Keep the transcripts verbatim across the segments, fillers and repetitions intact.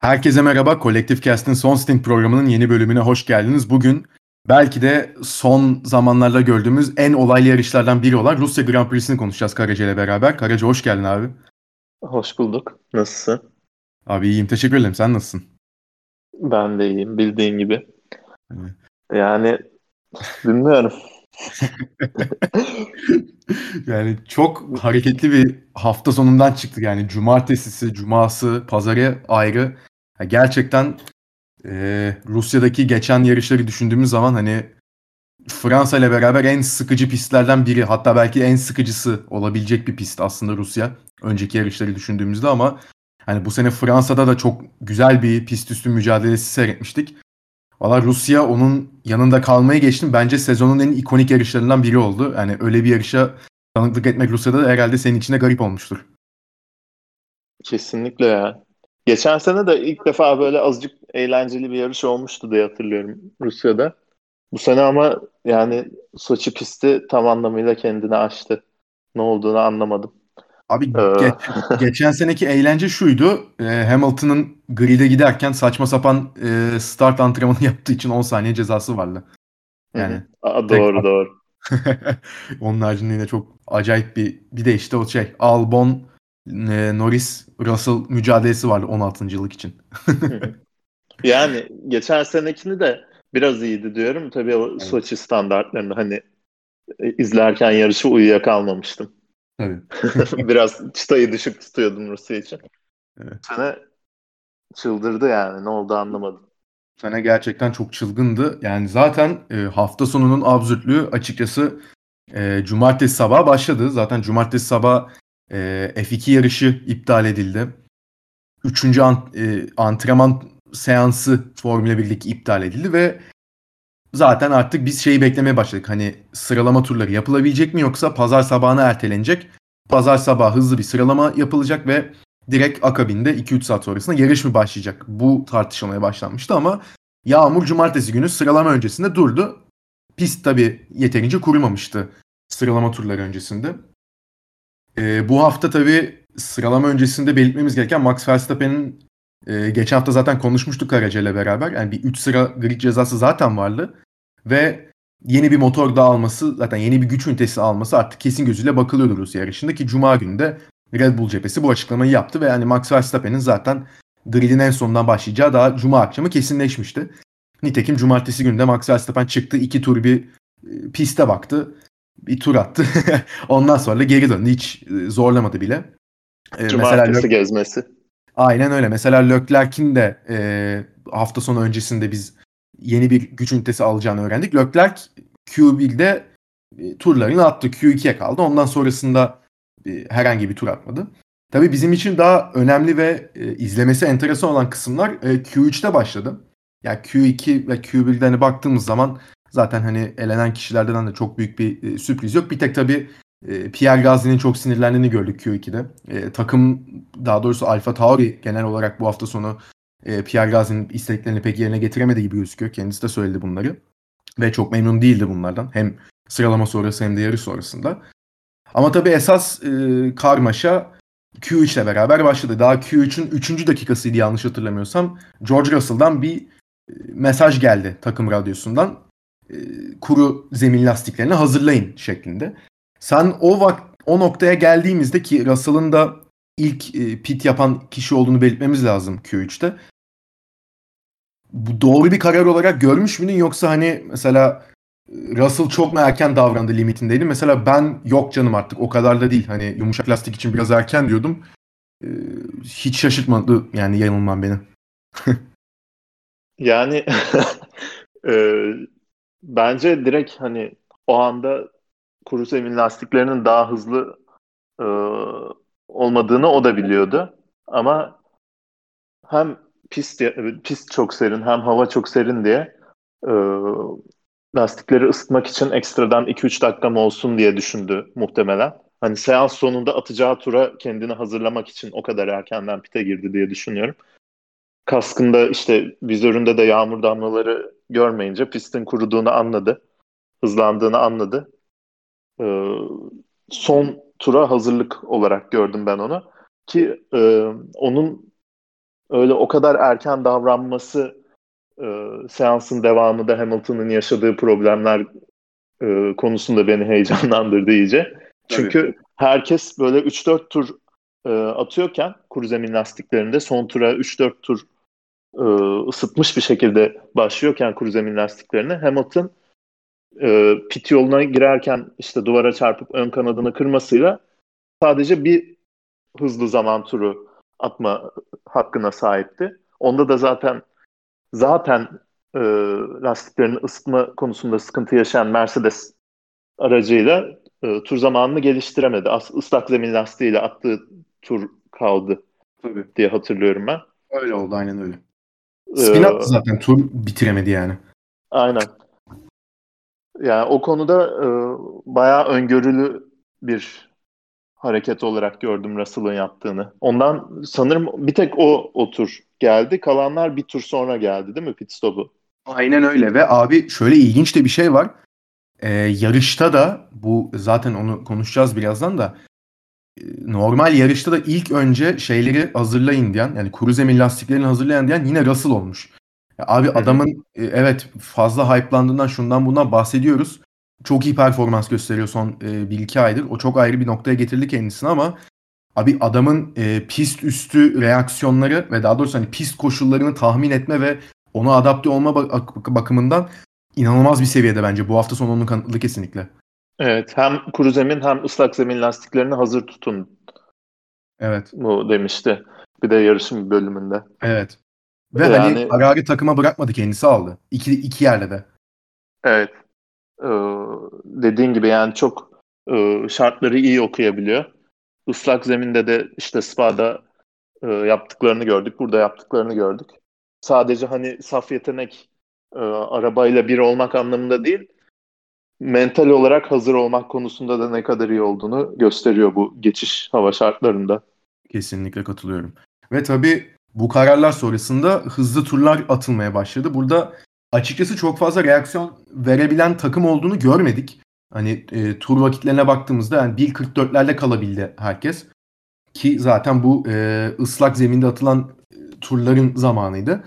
Herkese merhaba. Kolektif Cast'in Son Stint programının yeni bölümüne hoş geldiniz. Bugün belki de son zamanlarda gördüğümüz en olaylı yarışlardan biri olan Rusya Grand Prix'sini konuşacağız Karaca ile beraber. Karaca hoş geldin abi. Hoş bulduk. Nasılsın? Abi iyiyim, teşekkür ederim. Sen nasılsın? Ben de iyiyim, bildiğin gibi. Hani- Yani bilmiyorum. Yani çok hareketli bir hafta sonundan çıktık. Yani cumartesisi, cuması, pazarı ayrı. Ya gerçekten e, Rusya'daki geçen yarışları düşündüğümüz zaman hani Fransa ile beraber en sıkıcı pistlerden biri, hatta belki en sıkıcısı olabilecek bir pist aslında Rusya. Önceki yarışları düşündüğümüzde ama hani bu sene Fransa'da da çok güzel bir pist üstü mücadelesi seyretmiştik. Valla Rusya onun yanında kalmayı geçtim. Bence sezonun en ikonik yarışlarından biri oldu. Yani öyle bir yarışa tanıklık etmek Rusya'da da herhalde senin için de garip olmuştur. Kesinlikle ya. Geçen sene de ilk defa böyle azıcık eğlenceli bir yarış olmuştu diye hatırlıyorum Rusya'da. Bu sene ama yani Soçi pisti tam anlamıyla kendini aştı. Ne olduğunu anlamadım. Abi Ee, geç, geçen seneki eğlence şuydu. E, Hamilton'ın grid'e giderken saçma sapan e, start antrenmanı yaptığı için on saniye cezası vardı. hı hı. Yani Aa, tek doğru fark. doğru. Onun haricinde yine çok acayip bir bir de işte o şey Albon, e, Norris, Russell mücadelesi vardı on altıncı yıllık için. Hı hı. Yani geçen senekini de biraz iyiydi diyorum. Tabii o Evet. Soçi standartlarında hani e, izlerken yarışı uyuyakalmamıştım. Tabii. Biraz çıtayı düşük tutuyordum Rusya için. Evet. Sene çıldırdı yani. Ne oldu anlamadım. Sene gerçekten çok çılgındı. Yani zaten e, hafta sonunun absürtlüğü açıkçası e, cumartesi sabahı başladı. Zaten cumartesi sabah e, F iki yarışı iptal edildi. Üçüncü an, e, antrenman seansı Formula birdeki iptal edildi ve zaten artık biz şeyi beklemeye başladık. Hani sıralama turları yapılabilecek mi yoksa pazar sabahına ertelenecek. Pazar sabahı hızlı bir sıralama yapılacak ve direkt akabinde iki üç saat sonrasında yarış mı başlayacak? Bu tartışılmaya başlanmıştı ama yağmur cumartesi günü sıralama öncesinde durdu. Pist tabii yeterince kurumamıştı sıralama turları öncesinde. Ee, bu hafta tabii sıralama öncesinde belirtmemiz gereken Max Verstappen'in e, geçen hafta zaten konuşmuştuk Karaca ile beraber. Yani bir üç sıra grid cezası zaten vardı. Ve yeni bir motor da alması, zaten yeni bir güç ünitesi alması artık kesin gözüyle bakılıyordu Rusya yarışında ki Cuma günü de Red Bull cephesi bu açıklamayı yaptı ve yani Max Verstappen'in zaten gridin en sonundan başlayacağı daha Cuma akşamı kesinleşmişti. Nitekim Cumartesi günü de Max Verstappen çıktı, iki tur bir e, piste baktı, bir tur attı. Ondan sonra da geri döndü. Hiç e, zorlamadı bile. E, mesela Cumartesi Lök, gezmesi. aynen öyle. Mesela Leclerc'in de e, hafta sonu öncesinde biz yeni bir güç ünitesi alacağını öğrendik. Leclerc Q birde e, turlarını attı. Q ikiye kaldı. Ondan sonrasında e, herhangi bir tur atmadı. Tabii bizim için daha önemli ve e, izlemesi enteresan olan kısımlar e, Q üçte başladı. Yani Q iki ve Q birde hani baktığımız zaman zaten hani elenen kişilerden de çok büyük bir e, sürpriz yok. Bir tek tabii e, Pierre Gasly'nin çok sinirlendiğini gördük Q ikide. E, takım, daha doğrusu Alfa Tauri genel olarak bu hafta sonu e, Pierre Gasly'nin isteklerini pek yerine getiremediği gibi gözüküyor. Kendisi de söyledi bunları. Ve çok memnun değildi bunlardan. Hem sıralama sonrası hem de yarış sonrasında. Ama tabii esas e, karmaşa Q üç ile beraber başladı. Daha Q üçün üçüncü dakikasıydı yanlış hatırlamıyorsam. George Russell'dan bir e, mesaj geldi takım radyosundan. E, kuru zemin lastiklerini hazırlayın şeklinde. Sen o vak o noktaya geldiğimizde ki Russell'ın da ilk e, pit yapan kişi olduğunu belirtmemiz lazım Q üçte. Bu doğru bir karar olarak görmüş müydün yoksa hani mesela Russell çok mu erken davrandı limitindeydi? Mesela ben yok canım artık o kadar da değil. Hani yumuşak lastik için biraz erken diyordum. Ee, hiç şaşırtmadı yani yanılmam beni. Yani e, bence direkt hani o anda kuru zemin lastiklerinin daha hızlı e, olmadığını o da biliyordu. Ama hem pist pist çok serin hem hava çok serin diye e, lastikleri ısıtmak için ekstradan iki üç dakikam olsun diye düşündü muhtemelen. Hani seans sonunda atacağı tura kendini hazırlamak için o kadar erkenden pite girdi diye düşünüyorum. Kaskında işte vizöründe de yağmur damlaları görmeyince pistin kuruduğunu anladı. Hızlandığını anladı. Ee, Son tura hazırlık olarak gördüm ben onu. Ki e, onun öyle o kadar erken davranması e, seansın devamında Hamilton'ın yaşadığı problemler e, konusunda beni heyecanlandırdı iyice. Tabii. Çünkü herkes böyle üç dört tur e, atıyorken kuru zemin lastiklerinde son tura üç dört tur e, ısıtmış bir şekilde başlıyorken kuru zemin lastiklerini Hamilton e, pit yoluna girerken işte duvara çarpıp ön kanadını kırmasıyla sadece bir hızlı zaman turu atma hakkına sahipti. Onda da zaten zaten e, lastiklerini ısıtma konusunda sıkıntı yaşayan Mercedes aracıyla e, tur zamanını geliştiremedi. As ıslak zemin lastiğiyle attığı tur kaldı Tabii. diye hatırlıyorum ben. Öyle oldu, aynen öyle. Spin attı Ee, zaten, tur bitiremedi yani. aynen. Yani o konuda e, bayağı öngörülü bir hareket olarak gördüm Russell'ın yaptığını. Ondan sanırım bir tek o o tur geldi. Kalanlar bir tur sonra geldi değil mi pit stop'u? Aynen öyle ve abi şöyle ilginç de bir şey var. Ee, yarışta da bu zaten onu konuşacağız birazdan da e, normal yarışta da ilk önce şeyleri hazırlayın diyen yani kuru zemin lastiklerini hazırlayan diyen yine Russell olmuş. Ya abi Hı hı. adamın e, evet fazla hype'landığından şundan bundan bahsediyoruz. Çok iyi performans gösteriyor son e, bir iki aydır. O çok ayrı bir noktaya getirdi kendisini ama abi adamın e, pist üstü reaksiyonları ve daha doğrusu hani pist koşullarını tahmin etme ve ona adapte olma bak- bakımından inanılmaz bir seviyede bence. Bu hafta sonu onun kanıtladı kesinlikle. Evet, hem kuru zemin hem ıslak zemin lastiklerini hazır tutun Evet. mu demişti. Bir de yarışın bir bölümünde. Evet. Ve hani Yani kararı takıma bırakmadı, kendisi aldı. İki, iki yerde de. evet, e, dediğin gibi yani çok e, şartları iyi okuyabiliyor. Islak zeminde de işte Spa'da e, yaptıklarını gördük. Burada yaptıklarını gördük. Sadece hani saf yetenek e, arabayla bir olmak anlamında değil, mental olarak hazır olmak konusunda da ne kadar iyi olduğunu gösteriyor bu geçiş hava şartlarında. Kesinlikle katılıyorum. Ve tabii bu kararlar sonrasında hızlı turlar atılmaya başladı. Burada açıkçası çok fazla reaksiyon verebilen takım olduğunu görmedik. Hani e, tur vakitlerine baktığımızda yani bir kırk dörtlerle kalabildi herkes. Ki zaten bu e, ıslak zeminde atılan e, turların zamanıydı.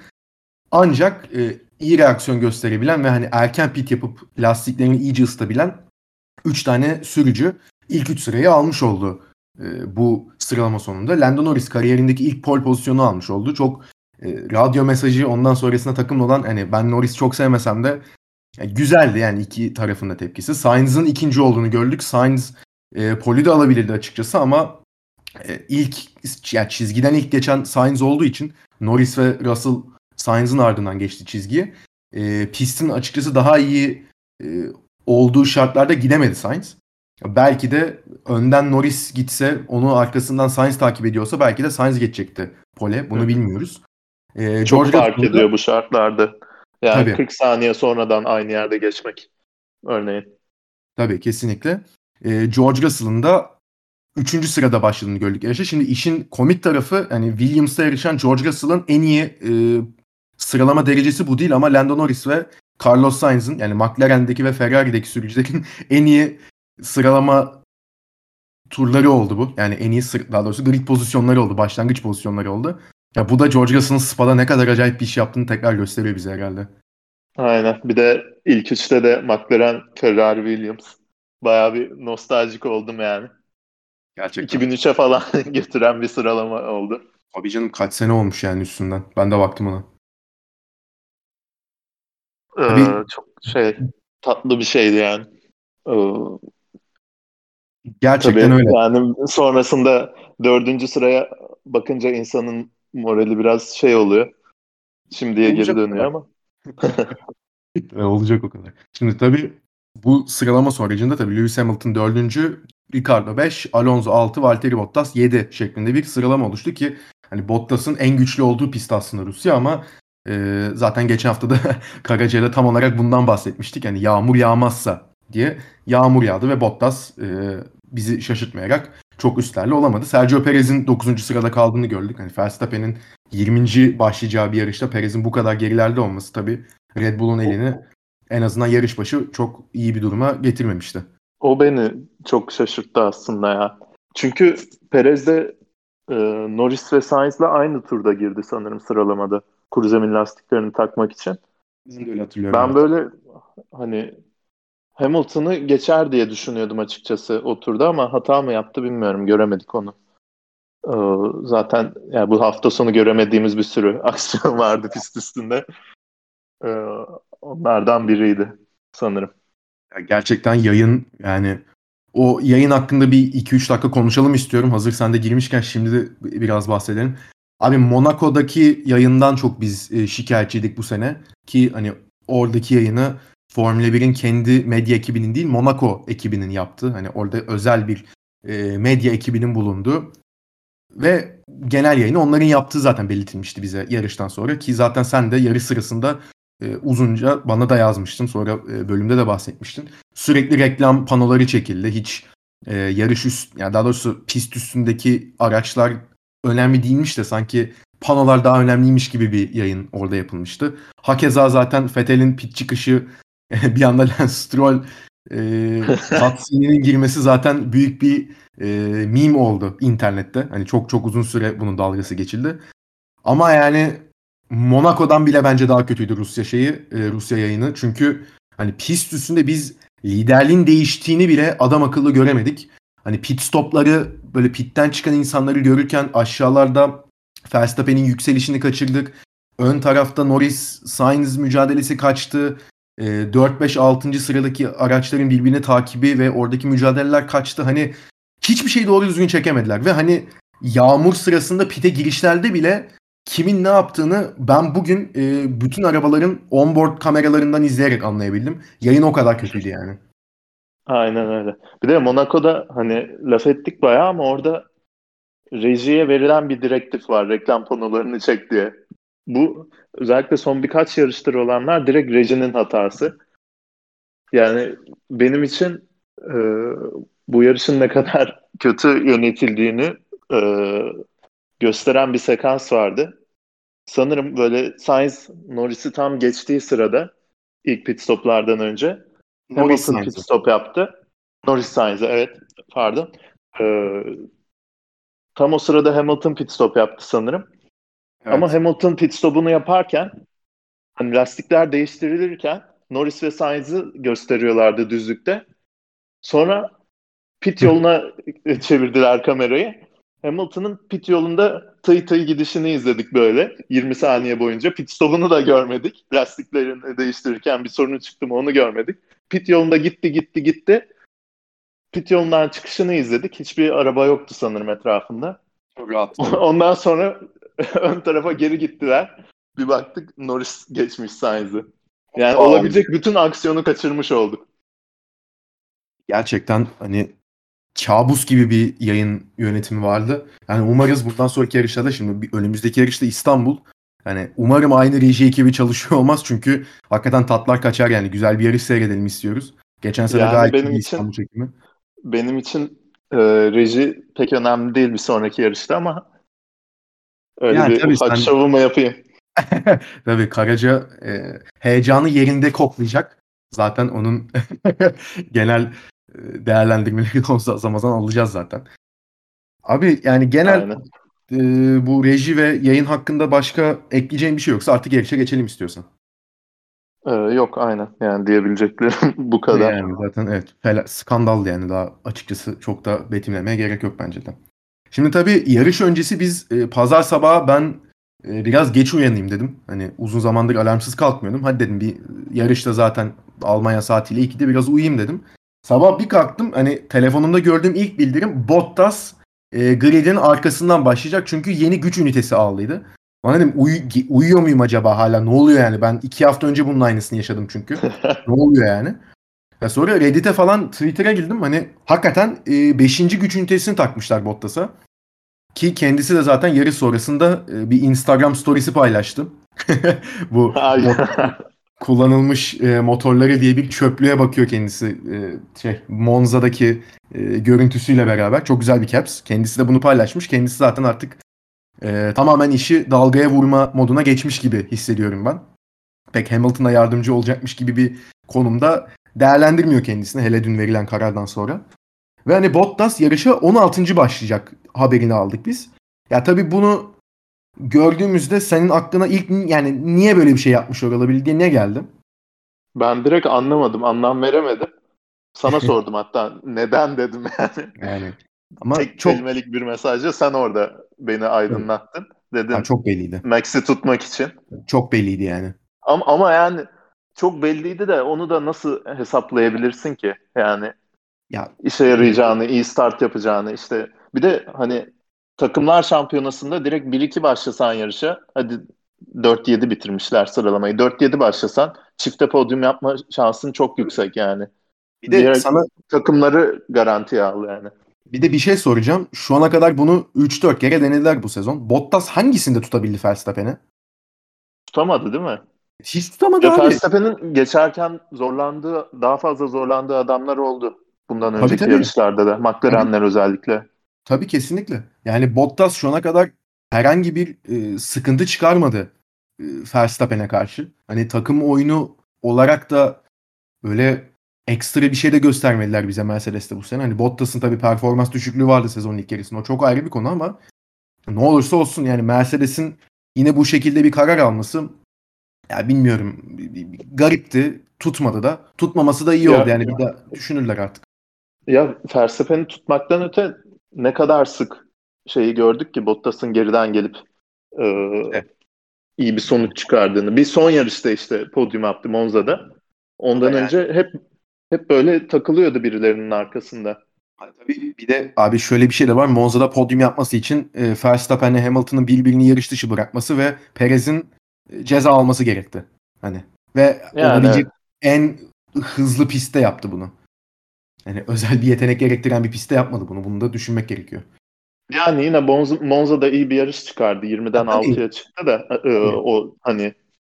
Ancak e, iyi reaksiyon gösterebilen ve hani erken pit yapıp lastiklerini iyice ısıtabilen üç tane sürücü ilk üç sırayı almış oldu e, bu sıralama sonunda. Lando Norris kariyerindeki ilk pole pozisyonu almış oldu. Çok e, radyo mesajı ondan sonrasında takımla olan hani ben Norris çok sevmesem de yani güzeldi yani iki tarafın da tepkisi. Sainz'ın ikinci olduğunu gördük. Sainz e, pole'ü de alabilirdi açıkçası ama e, ilk yani çizgiden ilk geçen Sainz olduğu için Norris ve Russell Sainz'ın ardından geçti çizgiyi. E, pistin açıkçası daha iyi e, olduğu şartlarda gidemedi Sainz. Belki de önden Norris gitse onu arkasından Sainz takip ediyorsa belki de Sainz geçecekti pole. Hı Bunu hı. bilmiyoruz. E, Çok George fark Russell'ın da ediyor bu şartlarda. Yani tabii kırk saniye sonradan aynı yerde geçmek örneğin. tabii kesinlikle. E, George Russell'ın da üçüncü sırada başladığını gördük yarışa. Şimdi işin komik tarafı hani Williams'ta yarışan George Russell'ın en iyi e, sıralama derecesi bu değil ama Lando Norris ve Carlos Sainz'ın yani McLaren'deki ve Ferrari'deki sürücülerin en iyi sıralama turları oldu bu. Yani en iyi sır- daha doğrusu grid pozisyonları oldu. Başlangıç pozisyonları oldu. Ya bu da George Russell'ın Spa'da ne kadar acayip bir iş yaptığını tekrar gösteriyor bize herhalde. Aynen. Bir de ilk üçte de McLaren, Ferrari, Williams. Bayağı bir nostaljik oldum yani. Gerçekten. iki bin üçe falan getiren bir sıralama oldu. Abi canım kaç sene olmuş yani üstünden. Ben de baktım ona. Ee, Abi çok şey tatlı bir şeydi yani. Ee, gerçekten tabii öyle. yani sonrasında dördüncü sıraya bakınca insanın morali biraz şey oluyor. Şimdiye geri Olacak o dönüyor kadar. ama. E, olacak o kadar. Şimdi tabii bu sıralama sonucunda tabii Lewis Hamilton dördüncü, Ricardo beş, Alonso altı, Valtteri Bottas yedi şeklinde bir sıralama oluştu ki hani Bottas'ın en güçlü olduğu pist aslında Rusya ama e, zaten geçen hafta da Karaca'yla tam olarak bundan bahsetmiştik. Yani yağmur yağmazsa diye yağmur yağdı ve Bottas e, bizi şaşırtmayarak çok üstlerle olamadı. Sergio Perez'in dokuzuncu sırada kaldığını gördük. Hani Verstappen'in yirminci başlayacağı bir yarışta Perez'in bu kadar gerilerde olması tabii Red Bull'un O, elini en azından yarış başı çok iyi bir duruma getirmemişti. o beni çok şaşırttı aslında ya. Çünkü Perez de e, Norris ve Sainz'la aynı turda girdi sanırım sıralamada. Kuru zemin lastiklerini takmak için. Ben de öyle hatırlıyorum. Ben Evet. böyle hani Hamilton'ı geçer diye düşünüyordum açıkçası o turda ama hata mı yaptı bilmiyorum. Göremedik onu. Ee, zaten yani bu hafta sonu göremediğimiz bir sürü aksiyon vardı pist üstünde. Ee, onlardan biriydi sanırım. Ya gerçekten yayın, yani o yayın hakkında bir iki üç dakika konuşalım istiyorum. Hazır sen de girmişken şimdi de biraz bahsedelim. Abi Monaco'daki yayından çok biz e, şikayetçiydik bu sene. Ki hani oradaki yayını Formula birin kendi medya ekibinin değil, Monaco ekibinin yaptığı. Hani orada özel bir e, medya ekibinin bulunduğu ve genel yayını onların yaptığı zaten belirtilmişti bize yarıştan sonra. Ki zaten sen de yarış sırasında e, uzunca bana da yazmıştın. Sonra e, bölümde de bahsetmiştin. Sürekli reklam panoları çekildi. Hiç e, yarış üst, yani daha doğrusu pist üstündeki araçlar önemli değilmiş de sanki panolar daha önemliymiş gibi bir yayın orada yapılmıştı. Hakeza zaten Vettel'in pit çıkışı bir anda Lance Stroll e, cutscene'inin girmesi zaten büyük bir e, meme oldu internette. Hani çok çok uzun süre bunun dalgası geçildi. Ama yani Monaco'dan bile bence daha kötüydü Rusya şeyi, e, Rusya yayını. Çünkü hani pist üstünde biz liderliğin değiştiğini bile adam akıllı göremedik. Hani pit stopları, böyle pitten çıkan insanları görürken aşağılarda Verstappen'in yükselişini kaçırdık. Ön tarafta Norris Sainz mücadelesi kaçtı. E, dört beş altıncı sıradaki araçların birbirini takibi ve oradaki mücadeleler kaçtı. Hani hiçbir şeyi doğru düzgün çekemediler. Ve hani yağmur sırasında pite girişlerde bile kimin ne yaptığını ben bugün e, bütün arabaların onboard kameralarından izleyerek anlayabildim. Yayın o kadar kötüydü yani. Aynen öyle. Bir de Monaco'da hani laf ettik bayağı ama orada rejiye verilen bir direktif var. Reklam panolarını çek diye. Bu özellikle son birkaç yarıştır olanlar direkt rejinin hatası. Yani benim için e, bu yarışın ne kadar kötü yönetildiğini e, gösteren bir sekans vardı. Sanırım böyle Sainz Norris'i tam geçtiği sırada ilk pit stoplardan önce Norris Hamilton pit Sainz'ı. stop yaptı. Norris Sainz'e evet pardon. Ee, tam o sırada Hamilton pit stop yaptı sanırım. Ama Evet. Hamilton pit stopunu yaparken hani lastikler değiştirilirken Norris ve Sainz'ı gösteriyorlardı düzlükte. Sonra pit yoluna çevirdiler kamerayı. Hamilton'ın pit yolunda tıy tıy gidişini izledik böyle yirmi saniye boyunca. Pit stopunu da görmedik. Lastiklerini değiştirirken bir sorunu çıktı mı onu görmedik. Pit yolunda gitti gitti gitti. Pit yolundan çıkışını izledik. Hiçbir araba yoktu sanırım etrafında. Çok rahat tabii. Ondan sonra ön tarafa geri gittiler. Bir baktık Norris geçmiş Sainz'ı. Yani Aa, olabilecek bütün aksiyonu kaçırmış olduk. gerçekten hani kabus gibi bir yayın yönetimi vardı. Yani umarız bundan sonraki yarışlarda, şimdi bir- önümüzdeki yarışta İstanbul. Yani umarım aynı reji ekibi çalışıyor olmaz çünkü hakikaten tatlar kaçar, yani güzel bir yarış seyredelim istiyoruz. Geçen sene Yani gayet benim iyi İstanbul için çekimi. benim için e, reji pek önemli değil bir sonraki yarışta ama öyle Yani bir tabii ufak sen şovumu yapayım. tabii Karaca e, heyecanı yerinde koklayacak. Zaten onun genel e, değerlendirmeleri de o zaman alacağız zaten. Abi yani genel Aynen. e, bu reji ve yayın hakkında başka ekleyeceğim bir şey yoksa artık yarışa geçelim istiyorsan. E, yok aynen. Yani diyebileceklerim bu E, kadar. Yani zaten evet, fela, skandal yani, daha açıkçası çok da betimlemeye gerek yok bence de. Şimdi tabii yarış öncesi biz e, pazar sabahı ben e, biraz geç uyanayım dedim. Hani uzun zamandır alarmsız kalkmıyordum. Hadi dedim bir yarışta zaten Almanya saatiyle ikide biraz uyuyayım dedim. Sabah bir kalktım, hani telefonumda gördüğüm ilk bildirim Bottas e, gridin arkasından başlayacak çünkü yeni güç ünitesi aldıydı. Bana dedim uyu- uyuyor muyum acaba hala, ne oluyor yani, ben iki hafta önce bunun aynısını yaşadım çünkü. Ne oluyor yani? Ya sonra Reddit'e falan, Twitter'a girdim. Hani hakikaten e, beşinci güç ünitesini takmışlar Bottas'a. Ki kendisi de zaten yarış sonrasında e, bir Instagram storiesi paylaştı. Bu Ay. Bottas'ın kullanılmış e, motorları diye bir çöplüğe bakıyor kendisi. E, şey Monza'daki e, görüntüsüyle beraber. Çok güzel bir caps. Kendisi de bunu paylaşmış. Kendisi zaten artık e, tamamen işi dalgaya vurma moduna geçmiş gibi hissediyorum ben. Pek Hamilton'a yardımcı olacakmış gibi bir konumda değerlendirmiyor kendisini, hele dün verilen karardan sonra. Ve hani Bottas yarışa on altıncı başlayacak haberini aldık biz. Ya tabii bunu gördüğümüzde senin aklına ilk yani niye böyle bir şey yapmış olabilir diye ne geldi? Ben direkt anlamadım, anlam veremedim. Sana sordum hatta neden dedim yani. Yani ama Tek çok kelimelik bir mesajla sen orada beni aydınlattın. ha, Dedin çok belliydi. Max'i tutmak için. Çok belliydi yani. Ama, ama yani çok belliydi de onu da nasıl hesaplayabilirsin ki? Yani Ya işe yarayacağını, iyi start yapacağını işte. Bir de hani takımlar şampiyonasında direkt bir iki başlasan yarışa, hadi dört yedi bitirmişler sıralamayı. dört yedi başlasan çifte podyum yapma şansın çok yüksek yani. bir de Diğer sana takımları garantiye al yani. bir de bir şey soracağım. Şu ana kadar bunu üç dört kere denediler bu sezon. Bottas hangisinde tutabildi Verstappen'i? Tutamadı değil mi? Hiç tutamadı Ya abi. Verstappen'in geçerken zorlandığı, daha fazla zorlandığı adamlar oldu. Bundan Tabii önceki tabii. yarışlarda da. Tabii, McLaren'ler özellikle. tabii kesinlikle. Yani Bottas şu ana kadar herhangi bir e, sıkıntı çıkarmadı e, Verstappen'e karşı. Hani takım oyunu olarak da böyle ekstra bir şey de göstermediler bize Mercedes'te bu sene. Hani Bottas'ın tabii performans düşüklüğü vardı sezonun ilk yarısında. O çok ayrı bir konu ama ne olursa olsun yani Mercedes'in yine bu şekilde bir karar alması ya bilmiyorum bir- bir- bir garipti. Tutmadı da. Tutmaması da iyi oldu. Ya Yani bir daha düşünürler artık. ya Verstappen'i tutmaktan öte ne kadar sık şeyi gördük ki Bottas'ın geriden gelip e, Evet. iyi bir sonuç çıkardığını. Bir son yarışta işte podyum yaptı Monza'da. O da Ondan yani. önce hep hep böyle takılıyordu birilerinin arkasında. Ha, tabii bir de abi şöyle bir şey de var. Monza'da podyum yapması için e, Verstappen'le Hamilton'ın birbirini yarış dışı bırakması ve Perez'in e, ceza alması gerekti. Hani ve Yani evet. olabilecek en hızlı pistte yaptı bunu. Yani özel bir yetenek gerektiren bir pistte yapmadı bunu. Bunu da düşünmek gerekiyor. Yani yine Monza, Monza'da iyi bir yarış çıkardı. Ha, yirmiden tabii. altıya çıktı da e, Tabii. o hani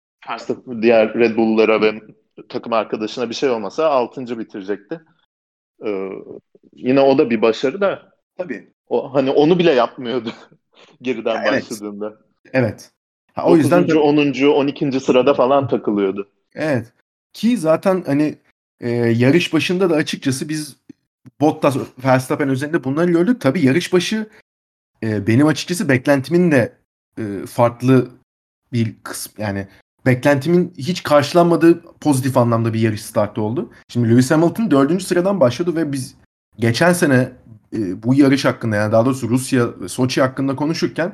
diğer Red Bull'lara ve takım arkadaşına bir şey olmasa altıncı bitirecekti. E, Yine o da bir başarı da Tabii. o, hani onu bile yapmıyordu Ya geriden evet. başladığında. Evet. Ha, o yüzden Dokuzuncu, tabii onuncu, on ikinci sırada falan takılıyordu. evet. Ki zaten hani e, yarış başında da açıkçası biz Bottas, Verstappen üzerinde bunları gördük. Tabii yarış başı e, benim açıkçası beklentimin de e, farklı bir kısım yani beklentimin hiç karşılanmadığı pozitif anlamda bir yarış startı oldu. Şimdi Lewis Hamilton dördüncü sıradan başladı ve biz geçen sene e, bu yarış hakkında yani daha doğrusu Rusya ve Soçi hakkında konuşurken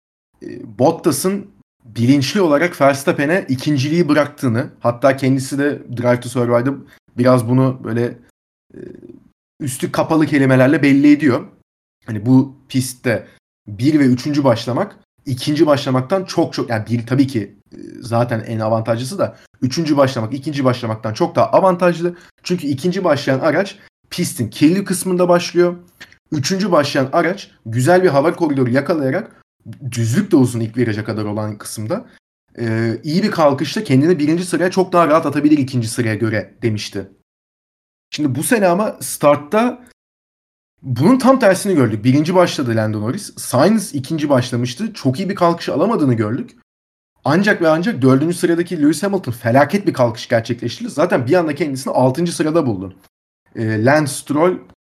e, Bottas'ın bilinçli olarak Verstappen'e ikinciliği bıraktığını hatta kendisi de Drive to Survive'da biraz bunu böyle e, üstü kapalı kelimelerle belli ediyor. Hani bu pistte bir ve üçüncü başlamak ikinci başlamaktan çok çok yani bir tabii ki e, zaten en avantajlısı da üçüncü başlamak ikinci başlamaktan çok daha avantajlı. Çünkü ikinci başlayan araç pistin kirli kısmında başlıyor. Üçüncü başlayan araç güzel bir hava koridoru yakalayarak düzlük de uzun ilk viraja kadar olan kısımda e, iyi bir kalkışta kendini birinci sıraya çok daha rahat atabilir ikinci sıraya göre demişti. Şimdi bu sene ama startta bunun tam tersini gördük. Birinci başladı Lando Norris. Sainz ikinci başlamıştı. Çok iyi bir kalkış alamadığını gördük. Ancak ve ancak dördüncü sıradaki Lewis Hamilton felaket bir kalkış gerçekleştirdi. Zaten bir anda kendisini altıncı sırada buldu. E, Lance Stroll,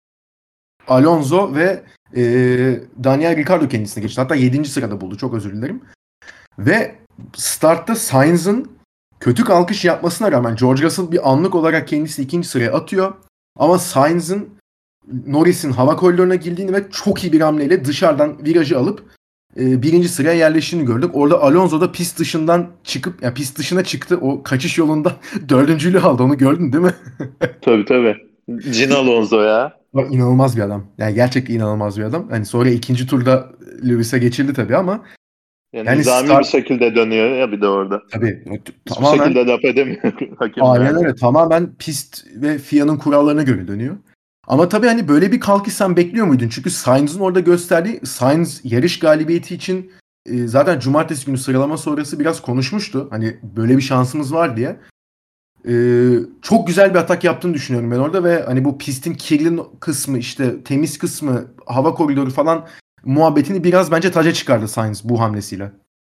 Alonso ve e, Daniel Ricciardo kendisine geçti. Hatta yedinci sırada buldu. Çok özür dilerim. Ve startta Sainz'ın kötü kalkış yapmasına rağmen George Russell bir anlık olarak kendisini ikinci sıraya atıyor. Ama Sainz'ın Norris'in hava koridoruna girdiğini ve çok iyi bir hamleyle dışarıdan virajı alıp e, birinci sıraya yerleştiğini gördük. Orada Alonso da pist dışından çıkıp ya yani pist dışına çıktı. O kaçış yolunda dördüncülüğü aldı. Onu gördün değil mi? Tabii tabii. Gin Alonso ya. Bak, inanılmaz bir adam. Yani gerçekten inanılmaz bir adam. Hani sonra ikinci turda Lewis'e geçildi tabii ama Yani yani nizami bir start şekilde dönüyor ya bir de orada. tabii Hiçbir tamamen şekilde laf edemiyor hakem aynen yani. öyle. Tamamen pist ve F I A'nın kurallarına göre dönüyor. Ama tabii hani böyle bir kalkış sen bekliyor muydun? Çünkü Sainz'ın orada gösterdiği Sainz yarış galibiyeti için e, zaten cumartesi günü sıralama sonrası biraz konuşmuştu. Hani böyle bir şansımız var diye. E, çok güzel bir atak yaptığını düşünüyorum ben orada ve hani bu pistin kirli kısmı işte temiz kısmı hava koridoru falan muhabbetini biraz bence taca çıkardı Sainz bu hamlesiyle.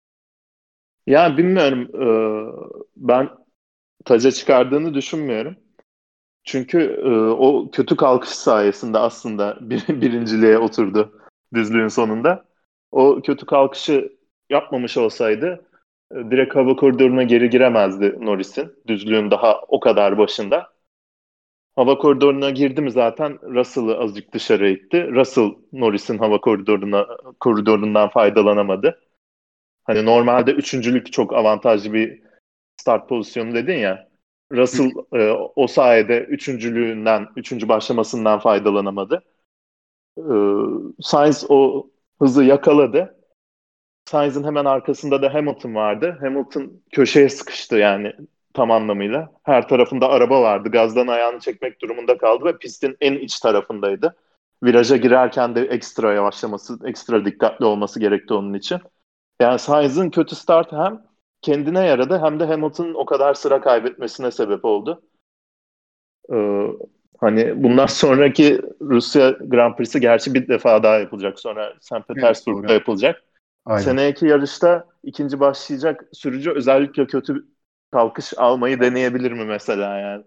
Ya bilmiyorum. Ee, ben taca çıkardığını düşünmüyorum. Çünkü e, o kötü kalkış sayesinde aslında bir, birinciliğe oturdu düzlüğün sonunda. o kötü kalkışı yapmamış olsaydı e, direkt hava koridoruna geri giremezdi Norris'in. Düzlüğün daha o kadar başında. Hava koridoruna girdi mi zaten Russell'ı azıcık dışarı itti. Russell Norris'in hava koridoruna koridorundan faydalanamadı. Hani normalde üçüncülük çok avantajlı bir start pozisyonu dedin ya. Russell e, o sayede üçüncülüğünden, üçüncü başlamasından faydalanamadı. E, Sainz o hızı yakaladı. Sainz'in hemen arkasında da Hamilton vardı. Hamilton köşeye sıkıştı yani tam anlamıyla. Her tarafında araba vardı. Gazdan ayağını çekmek durumunda kaldı ve pistin en iç tarafındaydı. Viraja girerken de ekstra yavaşlaması, ekstra dikkatli olması gerekti onun için. Yani Sainz'in kötü start hem kendine yaradı hem de Hamilton'ın o kadar sıra kaybetmesine sebep oldu. Ee, Hani bundan sonraki Rusya Grand Prix'si gerçi bir defa daha yapılacak. Sonra Sankt Evet, Petersburg'da doğru. yapılacak. Aynen. Seneki yarışta ikinci başlayacak sürücü özellikle kötü kalkış almayı deneyebilir mi mesela yani?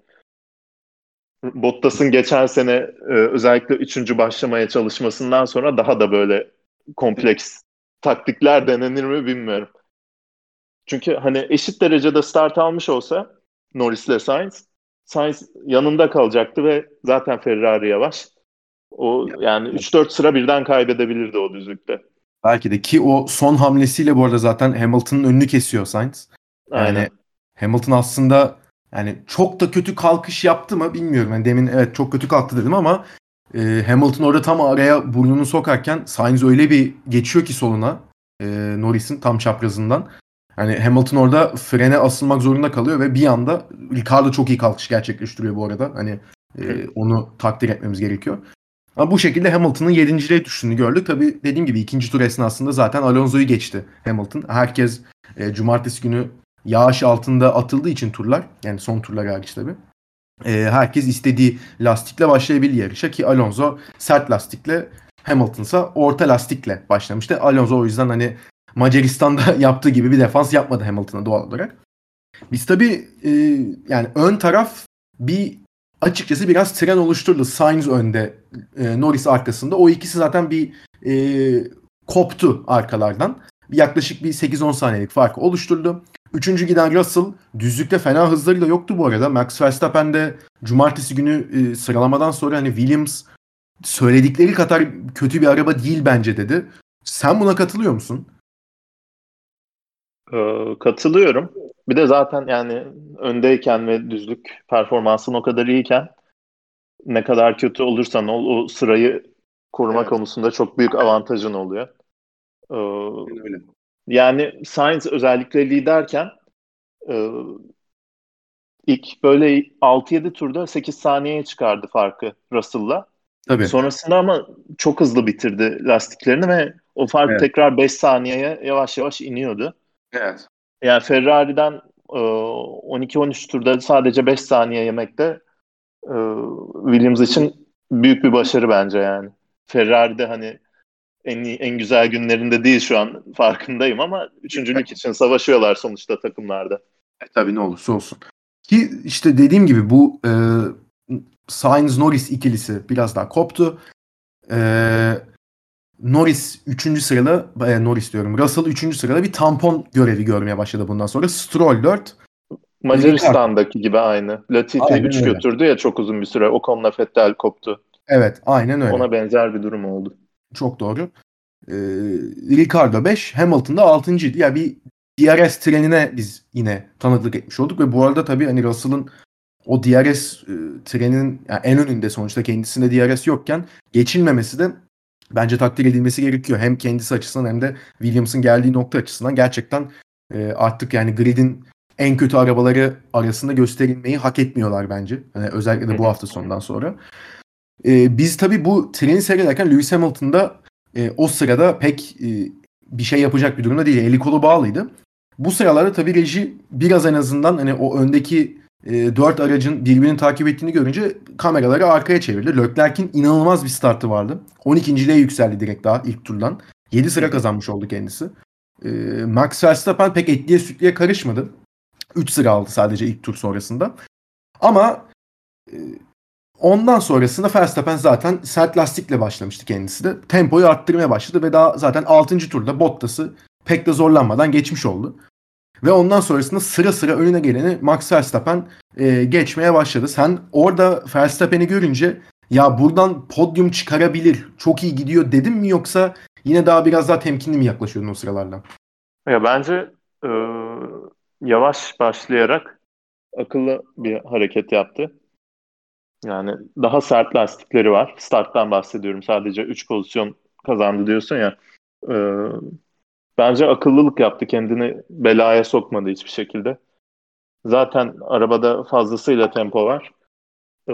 Bottas'ın geçen sene e, özellikle üçüncü başlamaya çalışmasından sonra daha da böyle kompleks taktikler denenir mi bilmiyorum. Çünkü hani eşit derecede start almış olsa Norris'le Sainz, Sainz yanında kalacaktı ve zaten Ferrari yavaş. O yani üç dört sıra birden kaybedebilirdi o düzlükte. Belki de ki o son hamlesiyle bu arada zaten Hamilton'ın önünü kesiyor Sainz. Yani Aynen. Hamilton aslında yani çok da kötü kalkış yaptı mı bilmiyorum. Yani demin evet çok kötü kalktı dedim ama e, Hamilton orada tam araya burnunu sokarken Sainz öyle bir geçiyor ki soluna e, Norris'in tam çaprazından. Yani Hamilton orada frene asılmak zorunda kalıyor ve bir anda Ricardo çok iyi kalkış gerçekleştiriyor bu arada. Hani e, onu takdir etmemiz gerekiyor. Ama bu şekilde Hamilton'ın yedinciliğe düştüğünü gördük. Tabii dediğim gibi ikinci tur esnasında zaten Alonso'yu geçti Hamilton. Herkes e, cumartesi günü yağış altında atıldığı için turlar, yani son turlar hariç tabii. E, herkes istediği lastikle başlayabilir yarışa ki Alonso sert lastikle, Hamilton'sa orta lastikle başlamıştı. Alonso o yüzden hani Macaristan'da yaptığı gibi bir defans yapmadı Hamilton'a doğal olarak. Biz tabii e, yani ön taraf bir açıkçası biraz tren oluşturdu. Sainz önde, e, Norris arkasında. O ikisi zaten bir e, koptu arkalardan. Yaklaşık bir sekiz on saniyelik farkı oluşturdu. Üçüncü giden Russell düzlükte fena hızlarıyla yoktu bu arada. Max Verstappen de cumartesi günü e, sıralamadan sonra hani Williams söyledikleri kadar kötü bir araba değil bence dedi. Sen buna katılıyor musun? Ee, katılıyorum. Bir de zaten yani öndeyken ve düzlük performansın o kadar iyiyken ne kadar kötü olursan ol o sırayı koruma Evet, konusunda çok büyük avantajın oluyor. Ee, öyle. Yani Sainz özellikle liderken e, ilk böyle altı yedi turda sekiz saniyeye çıkardı farkı Russell'la. Tabii. Sonrasında ama çok hızlı bitirdi lastiklerini ve o fark Evet. tekrar beş saniyeye yavaş yavaş iniyordu. Evet. Yani Ferrari'den e, on iki on üç turda sadece beş saniye yemek de e, Williams için büyük bir başarı bence yani. Ferrari'de hani en iyi, en güzel günlerinde değil şu an farkındayım ama üçüncülük için savaşıyorlar sonuçta takımlarda. E, tabii ne olursa olsun. Ki işte dediğim gibi bu e, Sainz-Norris ikilisi biraz daha koptu. E, Norris üçüncü sırada, e, Norris diyorum, Russell üçüncü sırada bir tampon görevi görmeye başladı bundan sonra. Stroll dört, Ricardo. Macaristan'daki gibi aynı. Latifi Aynen üç öyle. götürdü ya çok uzun bir süre. Ocon'la Vettel koptu. Evet, aynen öyle. Ona benzer bir durum oldu. Çok doğru. E, Ricardo beş, Hamilton da altıncıydı. Ya bir D R S trenine biz yine tanıklık etmiş olduk ve bu arada tabii hani Russell'ın o D R S e, trenin yani en önünde, sonuçta kendisinde D R S yokken geçilmemesi de bence takdir edilmesi gerekiyor. Hem kendisi açısından hem de Williams'ın geldiği nokta açısından gerçekten e, artık yani gridin en kötü arabaları arasında gösterilmeyi hak etmiyorlar bence. Yani özellikle de bu hafta sonundan sonra. E, biz tabii bu treni seyrederken Lewis Hamilton'da e, o sırada pek e, bir şey yapacak bir durumda değil. Eli kolu bağlıydı. Bu sıralarda tabii reji biraz en azından hani o öndeki e, dört aracın birbirini takip ettiğini görünce kameraları arkaya çevirdi. Leclerc'in inanılmaz bir startı vardı. on ikinciliğe yükseldi direkt daha ilk turdan. yedi sıra kazanmış oldu kendisi. E, Max Verstappen pek etliye sütlüye karışmadı. üç sıra aldı sadece ilk tur sonrasında. Ama e, Ondan sonrasında Verstappen zaten sert lastikle başlamıştı kendisi de. Tempoyu arttırmaya başladı ve daha zaten altıncı turda Bottas'ı pek de zorlanmadan geçmiş oldu. Ve ondan sonrasında sıra sıra önüne geleni Max Verstappen e, geçmeye başladı. Sen orada Verstappen'i görünce ya buradan podyum çıkarabilir, çok iyi gidiyor dedin mi, yoksa yine daha biraz daha temkinli mi yaklaşıyordun o sıralardan? Ya bence e, yavaş başlayarak akıllı bir hareket yaptı. Yani daha sert lastikleri var. Starttan bahsediyorum. Sadece üç pozisyon kazandı diyorsun ya. E, Bence akıllılık yaptı. Kendini belaya sokmadı hiçbir şekilde. Zaten arabada fazlasıyla tempo var. E,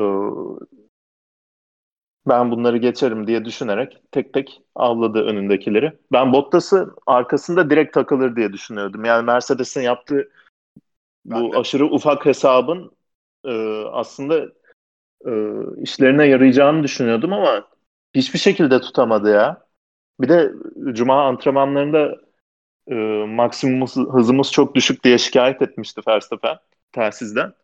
Ben bunları geçerim diye düşünerek tek tek avladı önündekileri. Ben Bottas'ı arkasında direkt takılır diye düşünüyordum. Yani Mercedes'in yaptığı Ben bu de. aşırı ufak hesabın e, aslında e, işlerine yarayacağını düşünüyordum ama hiçbir şekilde tutamadı ya. Bir de Cuma antrenmanlarında e, maksimum hız- hızımız çok düşük diye şikayet etmişti Verstappen telsizden.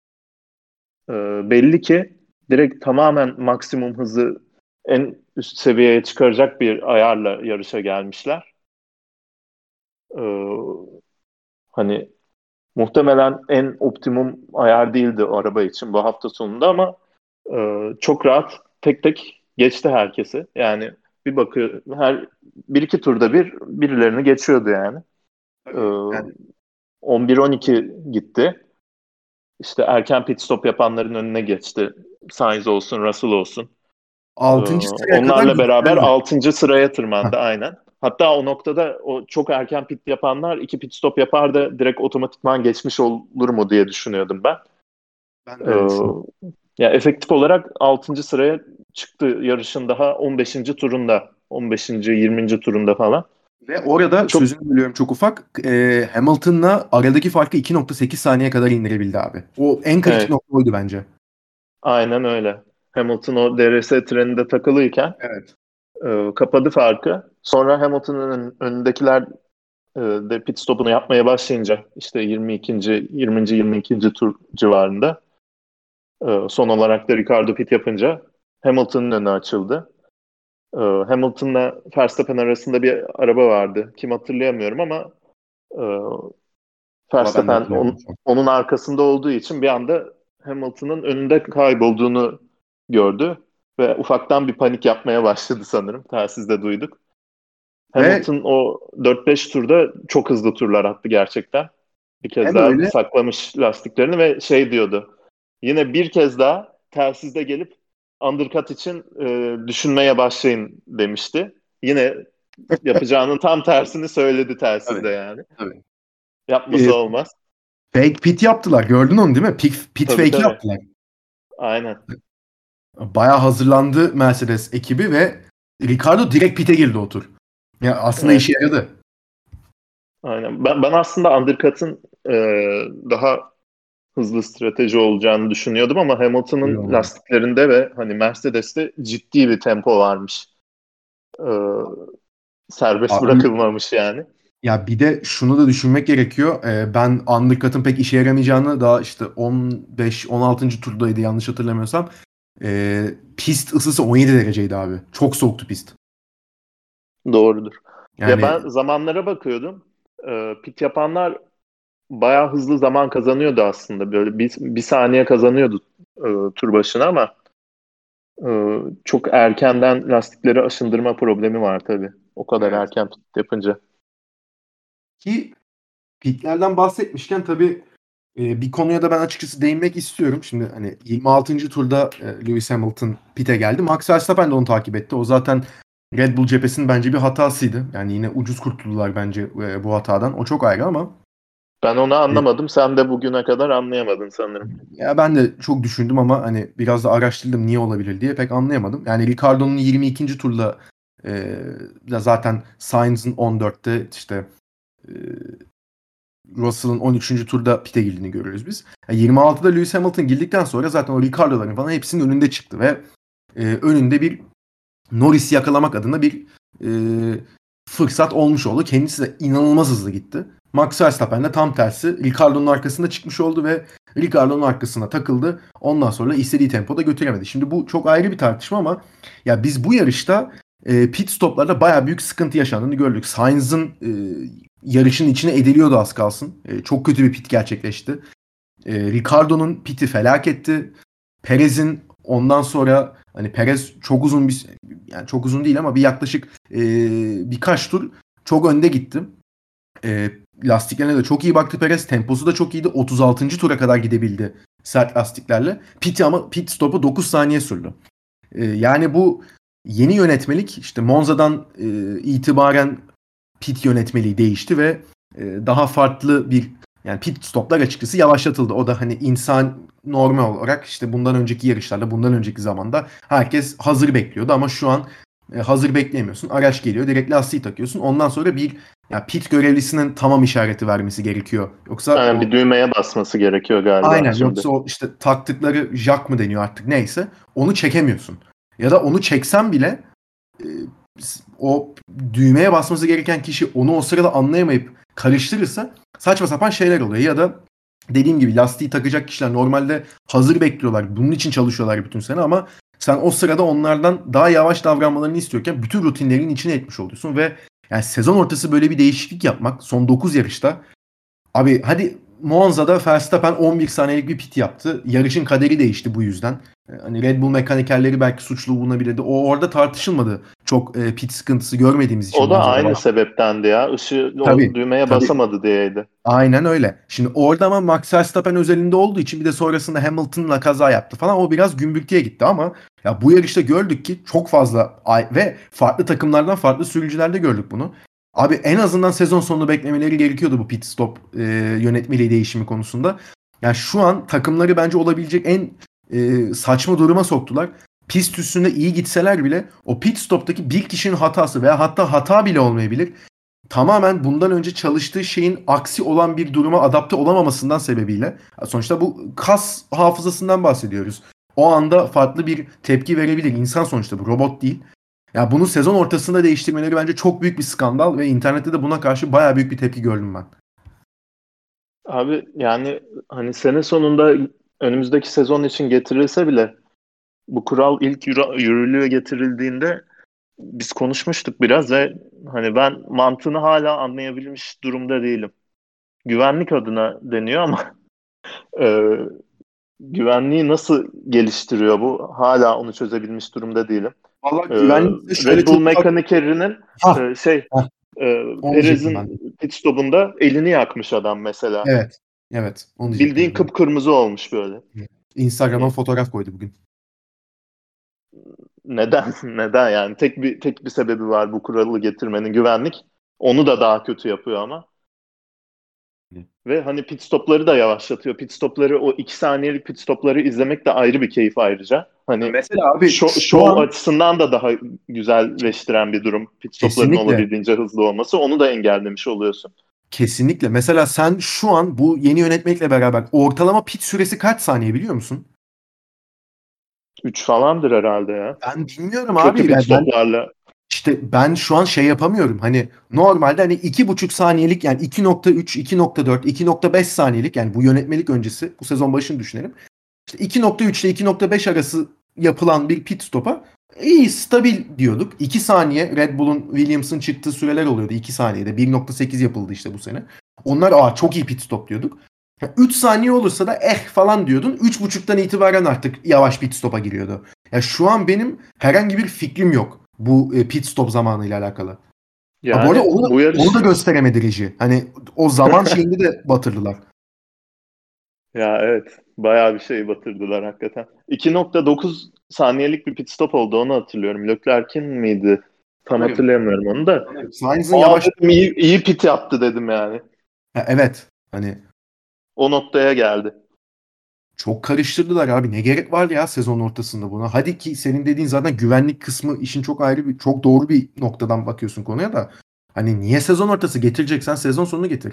E, Belli ki direkt tamamen maksimum hızı en üst seviyeye çıkaracak bir ayarla yarışa gelmişler. E, Hani muhtemelen en optimum ayar değildi o araba için bu hafta sonunda ama e, çok rahat tek tek geçti herkesi. Yani bir bakıyor her bir iki turda bir birilerini geçiyordu yani. E, Tabii. Yani on bir on iki gitti. İşte erken pit stop yapanların önüne geçti. Sainz olsun, Russell olsun. Ee, altıncı sıraya kadar Onlarla beraber yükseldi. altıncı sıraya tırmandı Hah, aynen. Hatta o noktada o çok erken pit yapanlar iki pit stop yapar da direkt otomatikman geçmiş olur mu diye düşünüyordum ben. ben de öyle düşünüyorum. Ee, Ya efektif olarak altıncı sıraya çıktı yarışın daha on beşinci turunda, on beşinci. yirminci turunda falan. Ve orada Çok sözünü bölüyorum çok ufak. E, Hamilton'la aradaki farkı iki nokta sekiz saniye kadar indirebildi abi. O en kritik evet, nokta oydu bence. aynen öyle. Hamilton o D R S treninde takılıyken Evet. e, kapadı farkı. Sonra Hamilton'ın ön- önündekiler e, de pit stopunu yapmaya başlayınca işte yirmi ikinci. yirminci. yirmi ikinci tur civarında e, son olarak da Ricardo pit yapınca Hamilton'ın önü açıldı. E, Hamilton'la Verstappen arasında bir araba vardı. Kim hatırlayamıyorum ama e, Valla ben de Verstappen hatırlıyorum on- şu an. onun arkasında olduğu için bir anda Hamilton'ın önünde kaybolduğunu gördü ve ufaktan bir panik yapmaya başladı sanırım. Telsizde duyduk. Ve Hamilton o dört beş turda çok hızlı turlar attı gerçekten. Bir kez hem daha öyle saklamış lastiklerini ve şey diyordu. Yine bir kez daha telsizde gelip undercut için e, düşünmeye başlayın demişti. Yine yapacağının tam tersini söyledi telsizde tabii, yani. tabii. Yapmasa E, olmaz. fake pit yaptılar. Gördün onu değil mi? Pit, pit Tabii fake tabii. yaptılar. Aynen. Bayağı hazırlandı Mercedes ekibi ve Ricardo direkt pit'e girdi o tur. Ya aslında Evet. işe yaradı. Aynen. Ben, ben aslında undercut'ın e, daha hızlı strateji olacağını düşünüyordum ama Öyle Hamilton'ın oldu. lastiklerinde ve hani Mercedes'te ciddi bir tempo varmış. Ee, Serbest Abi, bırakılmamış yani. ya bir de şunu da düşünmek gerekiyor. Ee, ben undercut'ın pek işe yaramayacağını daha işte on beş on altıncı turdaydı yanlış hatırlamıyorsam. Ee, pist ısısı on yedi dereceydi abi. Çok soğuktu pist. Doğrudur. Ya Yani ben zamanlara bakıyordum. Ee, pit yapanlar bayağı hızlı zaman kazanıyordu aslında. Böyle bir, bir saniye kazanıyordu e, tur başına ama e, çok erkenden lastikleri aşındırma problemi var tabii. O kadar evet. erken pit yapınca. Ki pitlerden bahsetmişken tabii e, bir konuya da ben açıkçası değinmek istiyorum. Şimdi hani yirmi altıncı turda e, Lewis Hamilton pit'e geldi. Max Verstappen de onu takip etti. O zaten Red Bull cephesinin bence bir hatasıydı. Yani yine ucuz kurtuldular bence e, bu hatadan. O çok ayrı ama Ben onu e, anlamadım. Sen de bugüne kadar anlayamadın sanırım. ya ben de çok düşündüm ama hani biraz da araştırdım niye olabilir diye pek anlayamadım. Yani Ricardo'nun yirmi ikinci turla e, ya zaten Sainz'ın on dörtte işte e, Russell'ın on üçüncü turda pit'e girdiğini görüyoruz biz. Yani yirmi altıda Lewis Hamilton girdikten sonra zaten o Ricardo'ların falan hepsinin önünde çıktı ve e, önünde bir Norris'i yakalamak adına bir e, fırsat olmuş oldu. Kendisi de inanılmaz hızlı gitti. Max Verstappen de tam tersi Ricardo'nun arkasında çıkmış oldu ve Ricardo'nun arkasına takıldı. Ondan sonra istediği tempoda götüremedi. Şimdi bu çok ayrı bir tartışma ama ya biz bu yarışta e, pit stoplarda bayağı büyük sıkıntı yaşandığını gördük. Sainz'ın e, yarışın içine ediliyordu az kalsın. E, çok kötü bir pit gerçekleşti. E, Ricardo'nun piti felaketti. Perez'in ondan sonra hani Perez çok uzun bir yani çok uzun değil ama bir yaklaşık e, birkaç tur çok önde gitti. E, lastiklerine de çok iyi baktı Perez. Temposu da çok iyiydi. otuz altıncı tura kadar gidebildi sert lastiklerle. Piti ama pit stopu dokuz saniye sürdü. E, yani bu yeni yönetmelik işte Monza'dan e, itibaren pit yönetmeliği değişti ve e, daha farklı bir yani pit stoplar açıkçası yavaşlatıldı. O da hani insan normal olarak işte bundan önceki yarışlarda, bundan önceki zamanda herkes hazır bekliyordu ama şu an e, hazır bekleyemiyorsun. Araç geliyor, direkt lastiği takıyorsun. Ondan sonra bir ya pit görevlisinin tamam işareti vermesi gerekiyor. Yoksa Yani o, bir düğmeye basması gerekiyor galiba aynen şimdi. yoksa o işte taktıkları jack mı deniyor artık neyse onu çekemiyorsun. Ya da onu çeksen bile e, o düğmeye basması gereken kişi onu o sırada anlayamayıp karıştırırsa saçma sapan şeyler oluyor. Ya da dediğim gibi lastiği takacak kişiler normalde hazır bekliyorlar. Bunun için çalışıyorlar bütün sene ama sen o sırada onlardan daha yavaş davranmalarını istiyorken bütün rutinlerin içine etmiş oluyorsun ve yani sezon ortası böyle bir değişiklik yapmak son dokuz yarışta abi hadi Monza'da Verstappen on bir saniyelik bir pit yaptı. Yarışın kaderi değişti bu yüzden. Hani Red Bull mekanikerleri belki suçlu bulunabilirdi. O orada tartışılmadı. Çok e, pit sıkıntısı görmediğimiz için O da Monza'da aynı var. sebeptendi ya. Işığı o Tabii. düğmeye Tabii. basamadı diyeydi. Aynen öyle. Şimdi orada ama Max Verstappen özelinde olduğu için bir de sonrasında Hamilton'la kaza yaptı falan. O biraz gümbürtüye gitti ama ya bu yarışta gördük ki çok fazla ve farklı takımlardan farklı sürücülerde gördük bunu. Abi en azından sezon sonunu beklemeleri gerekiyordu bu pit stop e, yönetmeliği değişimi konusunda. Yani şu an takımları bence olabilecek en e, saçma duruma soktular. Pist üstünde iyi gitseler bile o pit stop'taki bir kişinin hatası veya hatta hata bile olmayabilir. Tamamen bundan önce çalıştığı şeyin aksi olan bir duruma adapte olamamasından sebebiyle. Sonuçta bu kas hafızasından bahsediyoruz. O anda farklı bir tepki verebilir. İnsan sonuçta bu, robot değil. Ya bunu sezon ortasında değiştirmeleri bence çok büyük bir skandal ve internette de buna karşı bayağı büyük bir tepki gördüm ben. Abi yani hani sene sonunda önümüzdeki sezon için getirilse bile bu kural ilk yürü- yürürlüğe getirildiğinde biz konuşmuştuk biraz ve hani ben mantığını hala anlayabilmiş durumda değilim. Güvenlik adına deniyor ama e, güvenliği nasıl geliştiriyor bu? Hala onu çözebilmiş durumda değilim. Vallahi E, güvenlik de şöyle Red Bull çok farklı. mekanikerinin Ha, e, şey ha, e, onu diyecektim ben de. Perez'in pit stopunda elini yakmış adam mesela. Evet. Evet. Onu diyecektim Bildiğin ben de. kıpkırmızı olmuş böyle. Instagram'a Hani fotoğraf koydu bugün. neden neden yani tek bir tek bir sebebi var bu kuralı getirmenin, güvenlik. Onu da daha kötü yapıyor ama. Ve hani pit stopları da yavaşlatıyor. Pit stopları o iki saniyelik pit stopları izlemek de ayrı bir keyif ayrıca. Hani Mesela abi şov, şu şov an açısından da daha güzelleştiren bir durum. Pit stopların kesinlikle olabildiğince hızlı olması. Onu da engellemiş oluyorsun. kesinlikle. Mesela sen şu an bu yeni yönetmekle beraber ortalama pit süresi kaç saniye biliyor musun? Üç falandır herhalde ya. Ben bilmiyorum Kötü abi. pit Ben, ben stoplarla. işte ben şu an şey yapamıyorum. Hani normalde hani iki buçuk saniyelik yani iki nokta üç, iki nokta dört, iki nokta beş saniyelik yani bu yönetmelik öncesi bu sezon başını düşünelim. İşte iki nokta üç ile iki nokta beş arası yapılan bir pit stopa iyi stabil diyorduk. iki saniye Red Bull'un Williams'ın çıktığı süreler oluyordu. iki saniyede bir nokta sekiz yapıldı işte bu sene. Onlar aa çok iyi pit stop diyorduk. üç saniye olursa da eh falan diyordun. üç buçuktan itibaren artık yavaş pit stop'a giriyordu. Ya şu an benim herhangi bir fikrim yok bu e, pit stop zamanıyla alakalı. Ha bu arada Yani onu, bu onu da yarış gösteremedi reji. Hani o zaman şeyini de batırdılar. ya evet bayağı bir şey batırdılar hakikaten. iki nokta dokuz saniyelik bir pit stop oldu onu hatırlıyorum. Leclerc'in miydi? Tam Sanırım. hatırlayamıyorum onu da. Sanırım. Sainz'ın Aa yavaş. dedim iyi, iyi pit yaptı dedim yani. Ha, evet. Hani O noktaya geldi. çok karıştırdılar abi. Ne gerek var ya sezon ortasında buna? Hadi ki senin dediğin zaten güvenlik kısmı işin çok ayrı bir çok doğru bir noktadan bakıyorsun konuya da. Hani niye sezon ortası getireceksen sezon sonunu getir.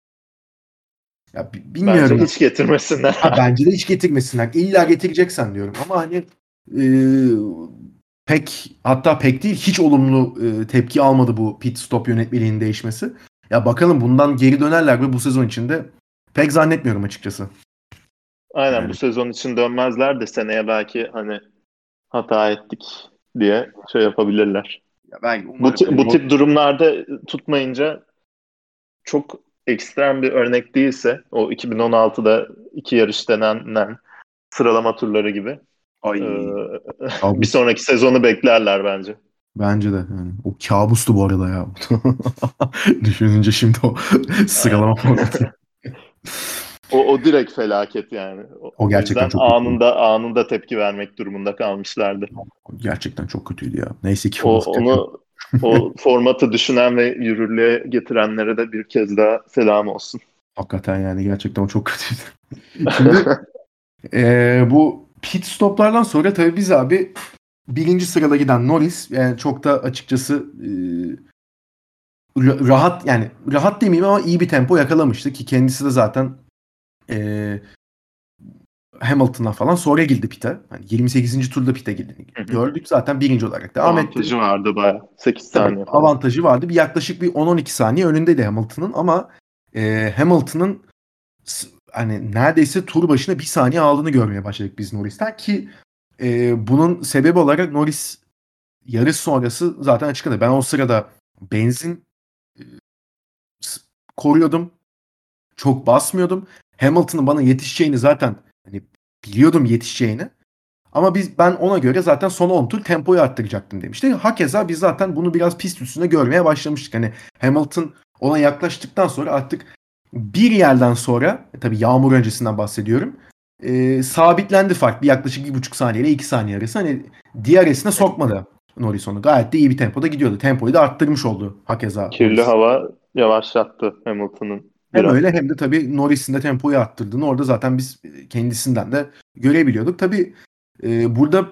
Ya bi- Bence bilmiyorum. hiç getirmesinler. Ha, bence de hiç getirmesinler. İlla getireceksen diyorum. Ama hani e, pek hatta pek değil hiç olumlu e, tepki almadı bu pit stop yönetmeliğinin değişmesi. Ya bakalım bundan geri dönerler mi bu sezon içinde? Pek zannetmiyorum açıkçası. Aynen, bu Yani sezon için dönmezler de seneye belki hani hata ettik diye şey yapabilirler. ya ben Bu, umarım ti- hani bu no- tip durumlarda tutmayınca, çok ekstrem bir örnek değilse, o iki bin on altıda iki yarış denenen sıralama turları gibi e, ay bir kabus. sonraki sezonu beklerler bence. Bence de yani. O kabustu bu arada ya. Düşününce şimdi o Aynen. sıralama formatı. O, o direkt felaket yani. O, O o gerçekten yüzden çok kötüydü. anında anında tepki vermek durumunda kalmışlardı. O gerçekten çok kötüydü ya. Neyse ki O olacak. onu o formatı düşünen ve yürürlüğe getirenlere de bir kez daha selam olsun. Hakikaten yani gerçekten o çok kötüydü. Şimdi eee, bu pit stoplardan sonra tabii biz abi birinci sırada giden Norris yani çok da açıkçası eee, ra- rahat yani rahat demeyeyim ama iyi bir tempo yakalamıştı ki kendisi de zaten eee Hamilton'dan falan sonra girdi pit'e. Hani yirmi sekizinci turda pit'e girdiğini Hı hı. gördük. Zaten birinci olarak devam etti. Avantajı vardı bayağı. sekiz Tabii saniye falan. avantajı vardı. Bir yaklaşık bir on on iki saniye önündeydi Hamilton'ın ama eee, Hamilton'ın s- hani neredeyse tur başına bir saniye aldığını görmeye başladık biz Norris'ten ki eee, bunun sebebi olarak Norris yarış sonrası zaten açıkladı. Ben o sırada benzin eee, s- koruyordum. Çok basmıyordum. Hamilton'ın bana yetişeceğini zaten hani biliyordum yetişeceğini. Ama biz ben ona göre zaten son on tur tempoyu arttıracaktım demişti. Hakeza biz zaten bunu biraz pist üstünde görmeye başlamıştık. Hani Hamilton ona yaklaştıktan sonra artık bir yerden sonra e, tabii yağmur öncesinden bahsediyorum. E, sabitlendi fark. Bir yaklaşık bir buçuk saniye ile iki saniye arası. Hani D R S'ine sokmadı Norris onu. Gayet de iyi bir tempoda gidiyordu. Tempoyu da arttırmış oldu hakeza Kirli Norris. hava yavaşlattı Hamilton'ın Hem biraz. öyle hem de tabii Norris'in de tempoyu arttırdığını orada zaten biz e, kendisinden de görebiliyorduk. Tabii e, burada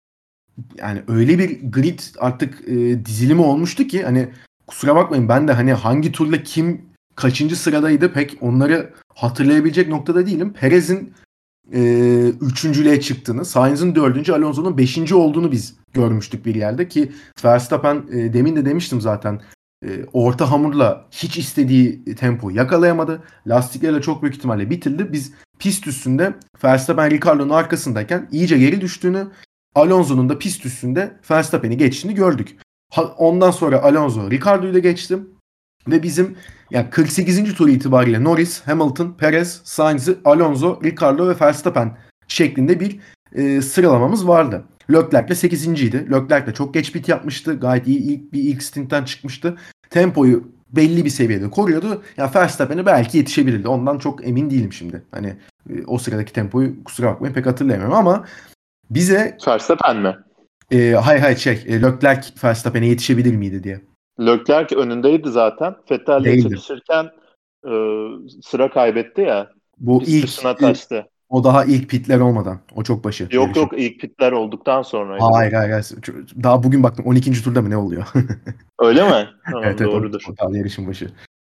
yani öyle bir grid artık e, dizilimi olmuştu ki hani kusura bakmayın ben de hani hangi turla kim kaçıncı sıradaydı pek onları hatırlayabilecek noktada değilim. Perez'in e, üçüncülüğe çıktığını, Sainz'ın dördüncü, Alonso'nun beşinci olduğunu biz görmüştük bir yerde ki Verstappen e, demin de demiştim zaten e, orta hamurla hiç istediği tempoyu yakalayamadı. Lastiklerle çok büyük ihtimalle bitirdi. Biz pist üstünde Verstappen Ricardo'nun arkasındayken iyice geri düştüğünü, Alonso'nun da pist üstünde Verstappen'i geçtiğini gördük. Ha, ondan sonra Alonso Ricardo'yu da geçti ve bizim yani kırk sekizinci tur itibariyle Norris, Hamilton, Perez, Sainz, Alonso, Ricardo ve Verstappen şeklinde bir e, sıralamamız vardı. Leclerc de sekizinciydi. Leclerc de çok geç pit yapmıştı. Gayet iyi ilk bir ilk stintten çıkmıştı. Tempoyu belli bir seviyede koruyordu. Ya yani Verstappen'e belki yetişebilirdi. Ondan çok emin değilim şimdi. Hani e, o sıradaki tempoyu kusura bakmayın pek hatırlayamıyorum ama bize Verstappen mi? e, hay hay şey e, Leclerc Verstappen'e yetişebilir miydi diye. Leclerc önündeydi zaten. Vettel'le Değildi. çekişirken e, sıra kaybetti ya. Bu Pist ilk dışına e, taştı. o daha ilk pitler olmadan. O çok başı Yok yarışın. yok, ilk pitler olduktan sonraydı Hayır bu. hayır hayır. Daha bugün baktım on ikinci turda mı ne oluyor? Öyle mi? Evet Tamam, evet o, doğrudur. o daha yarışın başı.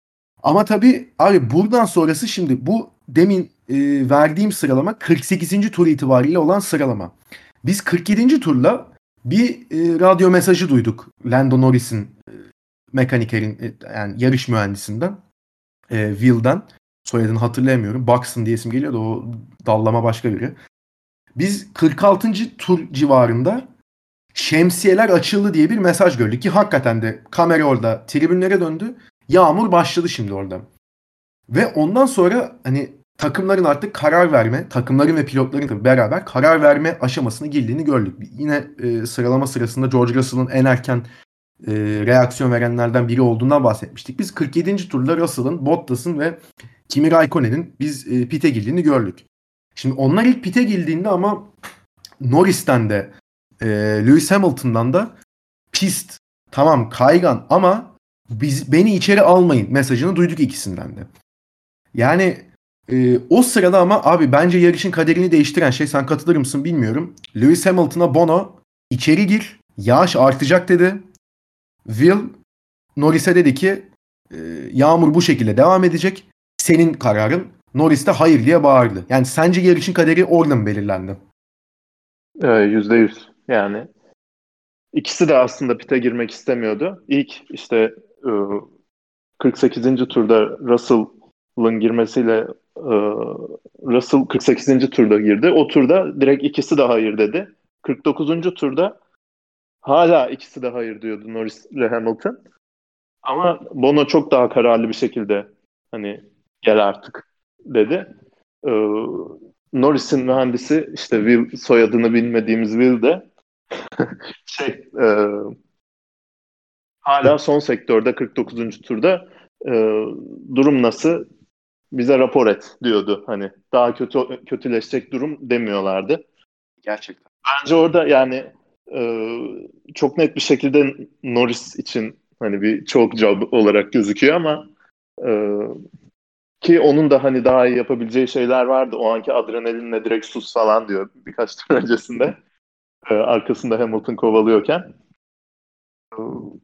Ama tabii abi buradan sonrası şimdi bu demin e, verdiğim sıralama kırk sekizinci tur itibariyle olan sıralama. Biz kırk yedinci turla bir e, radyo mesajı duyduk. Lando Norris'in e, mekanikerin e, yani yarış mühendisinden. E, Will'den. Soyadını hatırlayamıyorum. Buxton diye isim geliyor da o dallama başka biri. Biz kırk altıncı tur civarında şemsiyeler açıldı diye bir mesaj gördük ki hakikaten de kamera orada tribünlere döndü. Yağmur başladı şimdi orada. Ve ondan sonra hani takımların artık karar verme, takımların ve pilotların tabii beraber karar verme aşamasına girdiğini gördük. Yine e, sıralama sırasında George Russell'ın en erken e, reaksiyon verenlerden biri olduğundan bahsetmiştik. Biz kırk yedinci turda Russell'ın, Bottas'ın ve Kimi Raikkonen'in biz e, pite girdiğini gördük. Şimdi onlar ilk pite girdiğinde ama Norris'ten de e, Lewis Hamilton'dan da pist tamam kaygan ama biz beni içeri almayın mesajını duyduk ikisinden de. Yani e, o sırada ama abi bence yarışın kaderini değiştiren şey sen katılır mısın bilmiyorum. Lewis Hamilton'a Bono içeri gir yağış artacak dedi. Will Norris'e dedi ki e, yağmur bu şekilde devam edecek. Senin kararın. Norris de hayır diye bağırdı. Yani sence yarışın kaderi orada mı belirlendi? Ee, yüzde yüz yani. İkisi de aslında pite girmek istemiyordu. İlk işte e, kırk sekizinci turda Russell'ın girmesiyle Ee, Russell kırk sekizinci turda girdi. O turda direkt ikisi de hayır dedi. kırk dokuzuncu turda hala ikisi de hayır diyordu Norris ile Hamilton. Ama Bono çok daha kararlı bir şekilde hani gel artık dedi. Ee, Norris'in mühendisi işte Will, soyadını bilmediğimiz Will de şey e, hala son sektörde kırk dokuzuncu turda e, durum nasıl bize rapor et diyordu. Hani daha kötü kötüleşecek durum demiyorlardı. Gerçekten. Bence orada yani e, çok net bir şekilde Norris için hani bir choke job olarak gözüküyor ama e, ki onun da hani daha iyi yapabileceği şeyler vardı. O anki adrenalinle direkt sus falan diyor birkaç tur öncesinde. E, arkasında Hamilton kovalıyorken. E,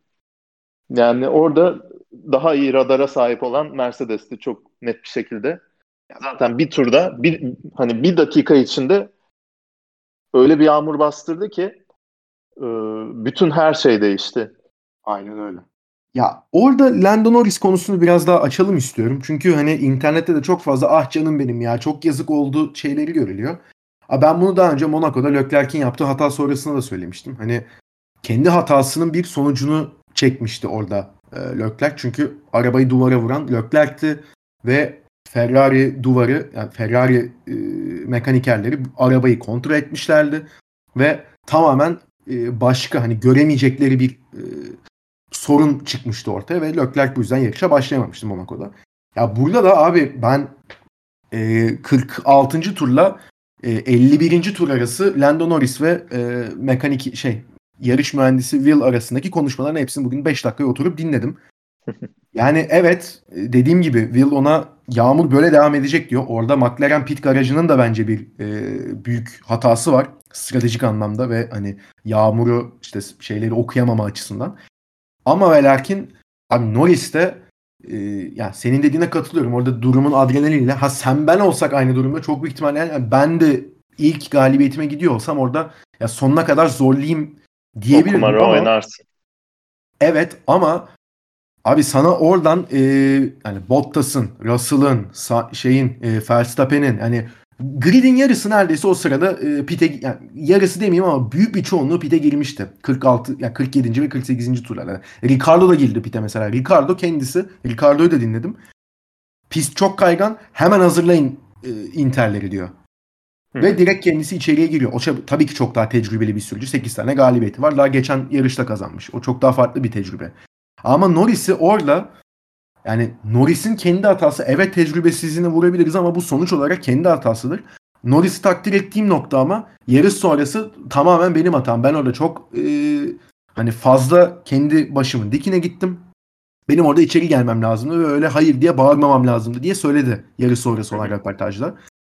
Yani orada daha iyi radara sahip olan Mercedes'ti çok net bir şekilde. Zaten bir turda bir hani bir dakika içinde öyle bir yağmur bastırdı ki e, bütün her şey değişti. Aynen öyle. Ya orada Lando Norris konusunu biraz daha açalım istiyorum. Çünkü hani internette de çok fazla ah canım benim ya çok yazık oldu şeyleri görülüyor. Ha, ben bunu daha önce Monaco'da Leclerc'in yaptığı hata sonrasında da söylemiştim. Hani kendi hatasının bir sonucunu çekmişti orada e, Leclerc. Çünkü arabayı duvara vuran Leclerc'ti ve Ferrari duvarı yani Ferrari e, mekanikerleri arabayı kontrol etmişlerdi ve tamamen e, başka hani göremeyecekleri bir e, sorun çıkmıştı ortaya ve Leclerc bu yüzden yarışa başlayamamıştı Monaco'da. Ya burada da abi ben e, kırk altıncı turla e, elli birinci tur arası Lando Norris ve e, mekanik şey yarış mühendisi Will arasındaki konuşmaların hepsini bugün beş dakikaya oturup dinledim. Yani evet dediğim gibi Will ona yağmur böyle devam edecek diyor. Orada McLaren pit garajının da bence bir e, büyük hatası var. Stratejik anlamda ve hani yağmuru işte şeyleri okuyamama açısından. Ama ve lakin abi Norris de e, ya senin dediğine katılıyorum. Orada durumun adrenaliniyle ha sen ben olsak aynı durumda çok büyük ihtimalle yani ben de ilk galibiyetime gidiyor olsam orada ya sonuna kadar zorlayayım O diyebilirdim kumarı ama oynarsın. evet ama abi sana oradan e, yani Bottas'ın, Russell'ın, Sa- şeyin, e, Verstappen'in yani gridin yarısı neredeyse o sırada e, pite yani yarısı demeyeyim ama büyük bir çoğunluğu pite girmişti. kırk altı yani kırk yedinci ve kırk sekizinci turlarda. Ricardo da girdi pite mesela. Ricardo kendisi, Ricardo'yu da dinledim. Pist çok kaygan. Hemen hazırlayın e, Inter'leri diyor. Hı Ve hı. direkt kendisi içeriye giriyor. O çab- tabii ki çok daha tecrübeli bir sürücü. sekiz tane galibiyeti var. Daha geçen yarışta kazanmış. O çok daha farklı bir tecrübe. Ama Norris'i orada yani Norris'in kendi hatası evet tecrübesizliğine vurabiliriz ama bu sonuç olarak kendi hatasıdır. Norris'i takdir ettiğim nokta ama yarış sonrası tamamen benim hatam. Ben orada çok e, hani fazla kendi başımın dikine gittim. Benim orada içeri gelmem lazımdı ve öyle hayır diye bağırmamam lazımdı diye söyledi yarış sonrası Hı olan hı. röportajda.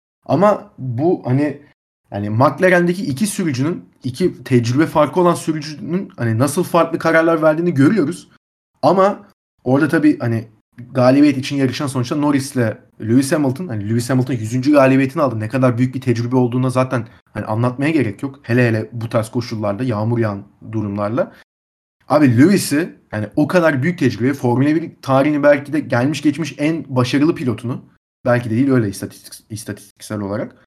Ama bu hani yani McLaren'deki iki sürücünün iki tecrübe farkı olan sürücünün hani nasıl farklı kararlar verdiğini görüyoruz. Ama orada tabii hani galibiyet için yarışan sonuçta Norris'le Lewis Hamilton hani Lewis Hamilton yüzüncü galibiyetini aldı. Ne kadar büyük bir tecrübe olduğuna zaten hani anlatmaya gerek yok. Hele hele bu tarz koşullarda yağmur yağan durumlarla. Abi Lewis'i yani o kadar büyük tecrübe Formula bir tarihini belki de gelmiş geçmiş en başarılı pilotunu belki de değil öyle istatistik, istatistiksel olarak.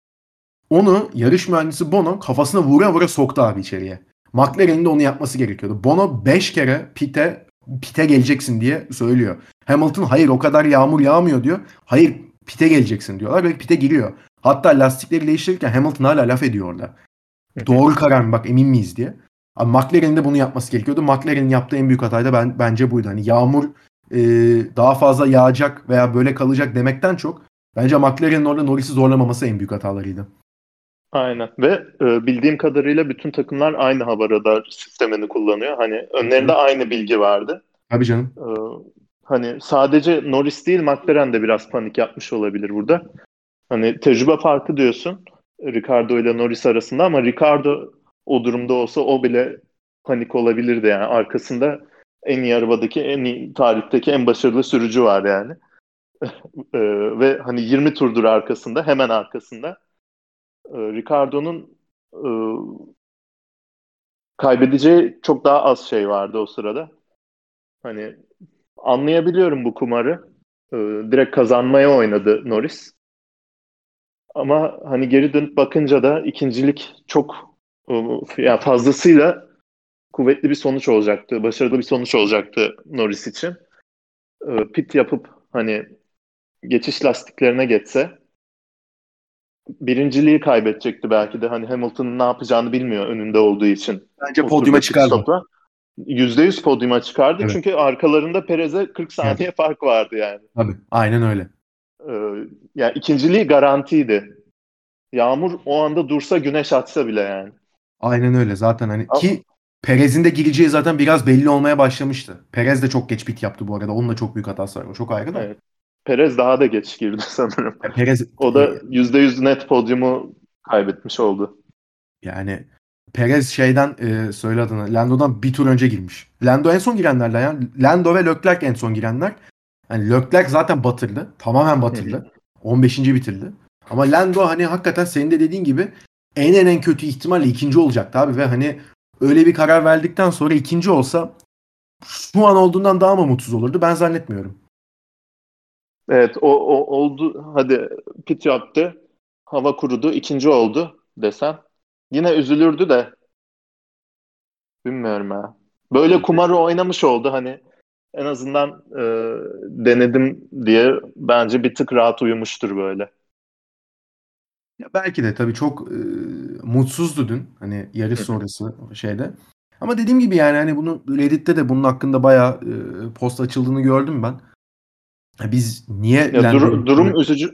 Onu yarış mühendisi Bono kafasına vura vura soktu abi içeriye. McLaren'in de onu yapması gerekiyordu. Bono beş kere pite pite geleceksin diye söylüyor. Hamilton hayır o kadar yağmur yağmıyor diyor. Hayır pite geleceksin diyorlar ve pite giriyor. Hatta lastikleri değiştirirken Hamilton hala laf ediyor orada. Hı hı. Doğru karar mı bak emin miyiz diye. Abi McLaren'in de bunu yapması gerekiyordu. McLaren'in yaptığı en büyük hatay da ben, bence buydu. Hani yağmur e, daha fazla yağacak veya böyle kalacak demekten çok bence McLaren'in orada Norris'i zorlamaması en büyük hatalarıydı. Aynen ve e, bildiğim kadarıyla bütün takımlar aynı hava radar sistemini kullanıyor. Hani önlerinde aynı bilgi vardı. Tabii canım. E, Hani sadece Norris değil McLaren de biraz panik yapmış olabilir burada. Hani tecrübe farkı diyorsun Ricardo ile Norris arasında ama Ricardo o durumda olsa o bile panik olabilirdi yani. Arkasında en iyi arabadaki, en iyi tarihteki en başarılı sürücü var yani. E, ve hani yirmi turdur arkasında, hemen arkasında. E, Ricardo'nun e, kaybedeceği çok daha az şey vardı o sırada. Hani anlayabiliyorum bu kumarı. E, direkt kazanmaya oynadı Norris. Ama hani geri dönüp bakınca da ikincilik çok yani fazlasıyla kuvvetli bir sonuç olacaktı. Başarılı bir sonuç olacaktı Norris için. Pit yapıp hani geçiş lastiklerine geçse birinciliği kaybedecekti belki de. Hani Hamilton'ın ne yapacağını bilmiyor önünde olduğu için. Bence O podyuma turda pit çıkardı. stop'a. yüzde yüz podyuma çıkardı. Evet. Çünkü arkalarında Perez'e kırk Evet. saniye fark vardı yani. Tabii. Aynen öyle. Ee, yani ikinciliği garantiydi. Yağmur o anda dursa, güneş açsa bile yani. Aynen öyle. Zaten hani Ama, ki Perez'in de gireceği zaten biraz belli olmaya başlamıştı. Perez de çok geç pit yaptı bu arada. Onun da çok büyük hatası var. O çok ayrı da. evet. Perez daha da geç girdi sanırım. Ya Perez O e, da yüzde yüz net podyumu kaybetmiş oldu. yani Perez şeyden e, söyle adını. Lando'dan bir tur önce girmiş. Lando en son girenlerden ya. Lando ve Leclerc en son girenler. Yani Leclerc zaten batırdı. Tamamen Hı hı. batırdı. on beşinci bitirdi. Ama Lando hani hakikaten senin de dediğin gibi en en en kötü ihtimalle ikinci olacaktı abi ve hani öyle bir karar verdikten sonra ikinci olsa şu an olduğundan daha mı mutsuz olurdu? Ben zannetmiyorum. Evet, o, o oldu. Hadi pit yaptı. Hava kurudu. İkinci oldu desem. Yine üzülürdü de bilmiyorum ya. Böyle kumarı oynamış oldu hani en azından e, denedim diye bence bir tık rahat uyumuştur böyle. Ya belki de tabii çok e, mutsuzdu dün. Hani yarış Hı hı. sonrası şeyde. Ama dediğim gibi yani hani bunu Reddit'te de bunun hakkında bayağı e, post açıldığını gördüm ben. Ya biz niye Ya Lando'ya dur- durum üzücü.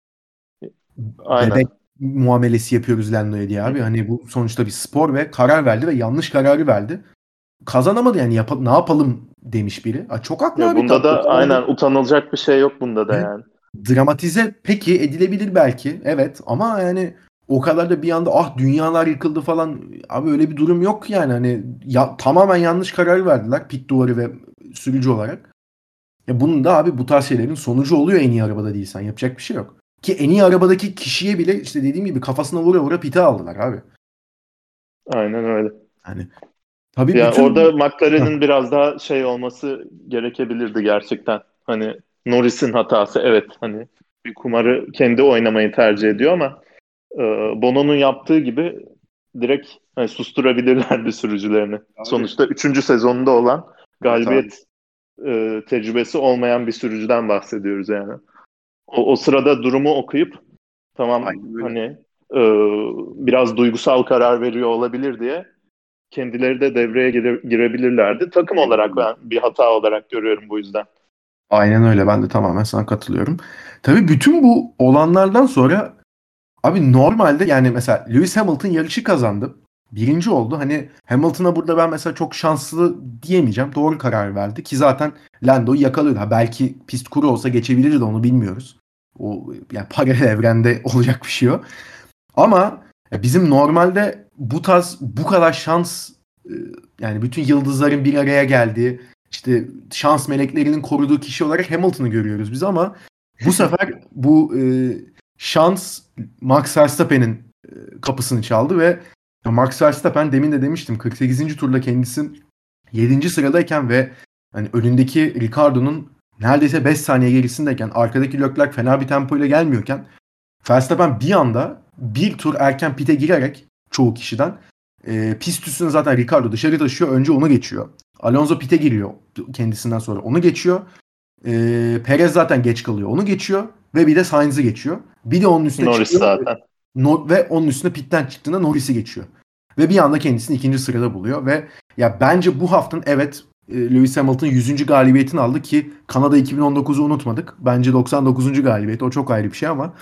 bebek Aynen. muamelesi yapıyoruz Lando'ya diye Hı. abi. Hani bu sonuçta bir spor ve karar verdi ve yanlış kararı verdi. Kazanamadı yani yap ne yapalım demiş biri. Aa, çok haklı Ya abi. bunda Tam o da kadar da aynen utanılacak bir şey yok bunda da evet, yani. dramatize peki edilebilir belki. Evet ama yani o kadar da bir anda ah dünyalar yıkıldı falan. Abi öyle bir durum yok yani. Hani ya, tamamen yanlış karar verdiler pit duvarı ve sürücü olarak. Ya bunun da abi bu tarz şeylerin sonucu oluyor en iyi arabada değilsen. Yapacak bir şey yok. Ki en iyi arabadaki kişiye bile işte dediğim gibi kafasına vura vura pite aldılar abi. Aynen öyle. Yani tabii Ya orada bütün McLaren'in biraz daha şey olması gerekebilirdi gerçekten. Hani Norris'in hatası, evet, hani bir kumarı kendi oynamayı tercih ediyor ama e, Bono'nun yaptığı gibi direkt hani susturabilirlerdi sürücülerini. abi. Sonuçta üçüncü sezonunda olan, Evet abi. galibiyet e, tecrübesi olmayan bir sürücüden bahsediyoruz yani. O, o sırada durumu okuyup tamam Aynen öyle. hani e, biraz duygusal karar veriyor olabilir diye kendileri de devreye gire- girebilirlerdi. Takım olarak ben bir hata olarak görüyorum bu yüzden. Aynen öyle. Ben de tamamen sana katılıyorum. Tabii bütün bu olanlardan sonra abi normalde yani mesela Lewis Hamilton yarışı kazandı. Birinci oldu. Hani Hamilton'a burada ben mesela çok şanslı diyemeyeceğim. Doğru karar verdi ki zaten Lando'yu yakalıyordu. Ha, belki pist kuru olsa geçebilirdi onu bilmiyoruz. O yani paralel evrende olacak bir şey o. Ama bizim normalde bu tarz bu kadar şans e, yani bütün yıldızların bir araya geldiği işte şans meleklerinin koruduğu kişi olarak Hamilton'ı görüyoruz biz ama bu sefer bu e, şans Max Verstappen'in e, kapısını çaldı ve Max Verstappen demin de demiştim kırk sekizinci turda kendisi yedinci sıradayken ve hani önündeki Ricardo'nun neredeyse beş saniye gerisindeyken arkadaki Leclerc fena bir tempoyla gelmiyorken Verstappen bir anda bir tur erken pite girerek çoğu kişiden e, pist üstüne zaten Ricardo dışarı taşıyor. Önce onu geçiyor. Alonso pite giriyor kendisinden sonra. Onu geçiyor. E, Perez zaten geç kalıyor. Onu geçiyor. Ve bir de Sainz'ı geçiyor. Bir de onun üstüne Norris çıkıyor. zaten. No- ve onun üstüne pitten çıktığında Norris'i geçiyor. Ve bir anda kendisini ikinci sırada buluyor. Ve ya bence bu haftanın evet e, Lewis Hamilton yüzüncü galibiyetini aldı ki Kanada iki bin on dokuzu unutmadık. Bence doksan dokuzuncu galibiyet. O çok ayrı bir şey ama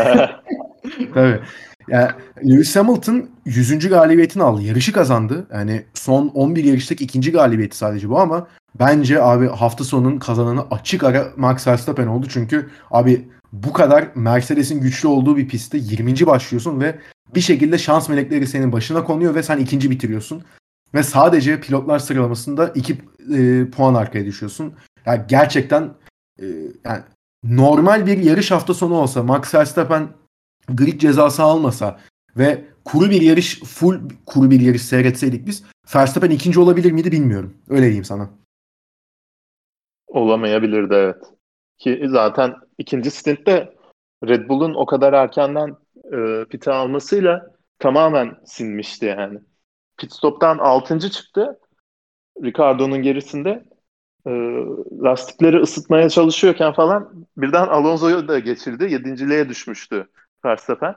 tabii. Ya Lewis Hamilton yüzüncü galibiyetini aldı. Yarışı kazandı. Yani son on bir yarıştaki ikinci galibiyeti sadece bu ama bence abi hafta sonunun kazananı açık ara Max Verstappen oldu. Çünkü abi bu kadar Mercedes'in güçlü olduğu bir pistte yirminci başlıyorsun ve bir şekilde şans melekleri senin başına konuyor ve sen ikinci bitiriyorsun. Ve sadece pilotlar sıralamasında iki e, puan arkaya düşüyorsun. Yani gerçekten e, yani normal bir yarış hafta sonu olsa Max Verstappen grid cezası almasa ve kuru bir yarış full kuru bir yarış seyretseydik biz Verstappen ikinci olabilir miydi bilmiyorum. Öyle diyeyim sana. Olamayabilirdi, evet. Ki zaten ikinci stintte Red Bull'un o kadar erkenden e, piti almasıyla tamamen sinmişti yani. Pit stop'tan altıncı çıktı. Ricardo'nun gerisinde e, lastikleri ısıtmaya çalışıyorken falan birden Alonso'yu da geçirdi. Yedinciliğe düşmüştü Verstappen.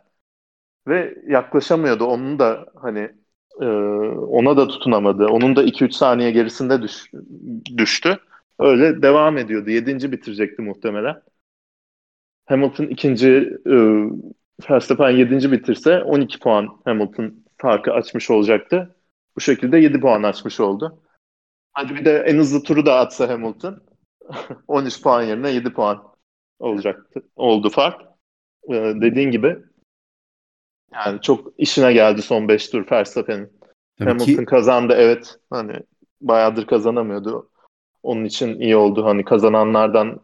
Ve yaklaşamıyordu. Onun da hani e, ona da tutunamadı. Onun da iki üç saniye gerisinde düş, düştü. Öyle devam ediyordu. Yedinci bitirecekti muhtemelen. Hamilton ikinci, e, Verstappen yedinci bitirse on iki puan Hamilton farkı açmış olacaktı. Bu şekilde yedi puan açmış oldu. Hadi bir de en hızlı turu da atsa Hamilton on üç puan yerine yedi puan olacaktı. Oldu fark. E, dediğin gibi yani çok işine geldi son beş tur Verstappen'in. Tabii Hamilton ki kazandı, evet. Hani bayağıdır kazanamıyordu. Onun için iyi oldu. Hani kazananlardan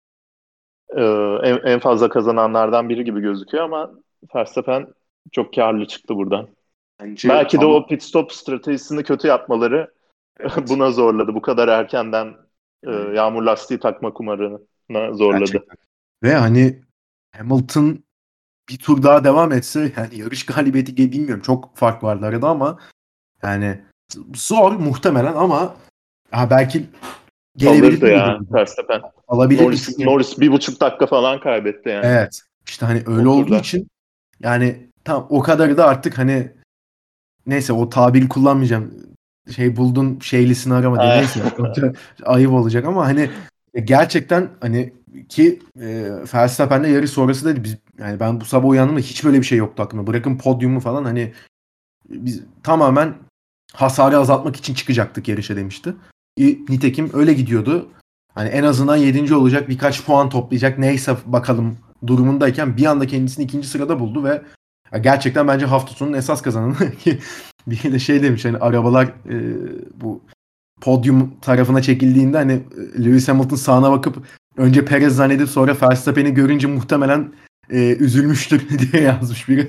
e, en, en fazla kazananlardan biri gibi gözüküyor ama Verstappen çok karlı çıktı buradan. bence Belki de ama o pit stop stratejisini kötü yapmaları evet, buna zorladı. Bu kadar erkenden e, yani yağmur lastiği takma kumarına zorladı. gerçekten. Ve hani Hamilton bir tur daha devam etse yani yarış galibiyeti gibi bilmiyorum. Çok fark vardı arada ama yani zor muhtemelen ama ha belki gelebilir Alırdı miydi? ya Verstappen. Alabilirdi Norris, çünkü Norris bir buçuk dakika falan kaybetti yani evet işte hani öyle o olduğu turda. için yani tam o kadarı da artık hani neyse o tabiri kullanmayacağım. Şey buldun şeylisini arama diye. Neyse. Ayıp olacak ama hani gerçekten hani ki e, Verstappen'le yarış sonrası dedi biz yani ben bu sabah uyandığımda hiç böyle bir şey yoktu aklımda. Bırakın podyumu falan hani biz tamamen hasarı azaltmak için çıkacaktık yarışa demişti. E, nitekim öyle gidiyordu. Hani en azından yedinci olacak, birkaç puan toplayacak. Neyse bakalım durumundayken bir anda kendisini ikinci sırada buldu ve ya gerçekten bence hafta sonunun esas kazananı ki bir de şey demiş hani arabalar e, bu podyum tarafına çekildiğinde hani e, Lewis Hamilton sağına bakıp önce Perez zannedip sonra Verstappen'i görünce muhtemelen e, üzülmüştür diye yazmış biri.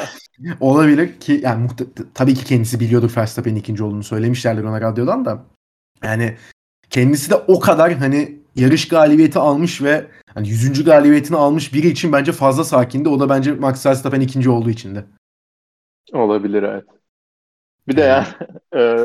Olabilir ki yani muhte- tabii ki kendisi biliyordur Verstappen'in ikinci olduğunu söylemişlerdir ona radyodan da. Yani kendisi de o kadar hani yarış galibiyeti almış ve hani yüzüncü galibiyetini almış biri için bence fazla sakindi. O da bence Max Verstappen ikinci olduğu için de. Olabilir, evet. Bir de yani Yani e,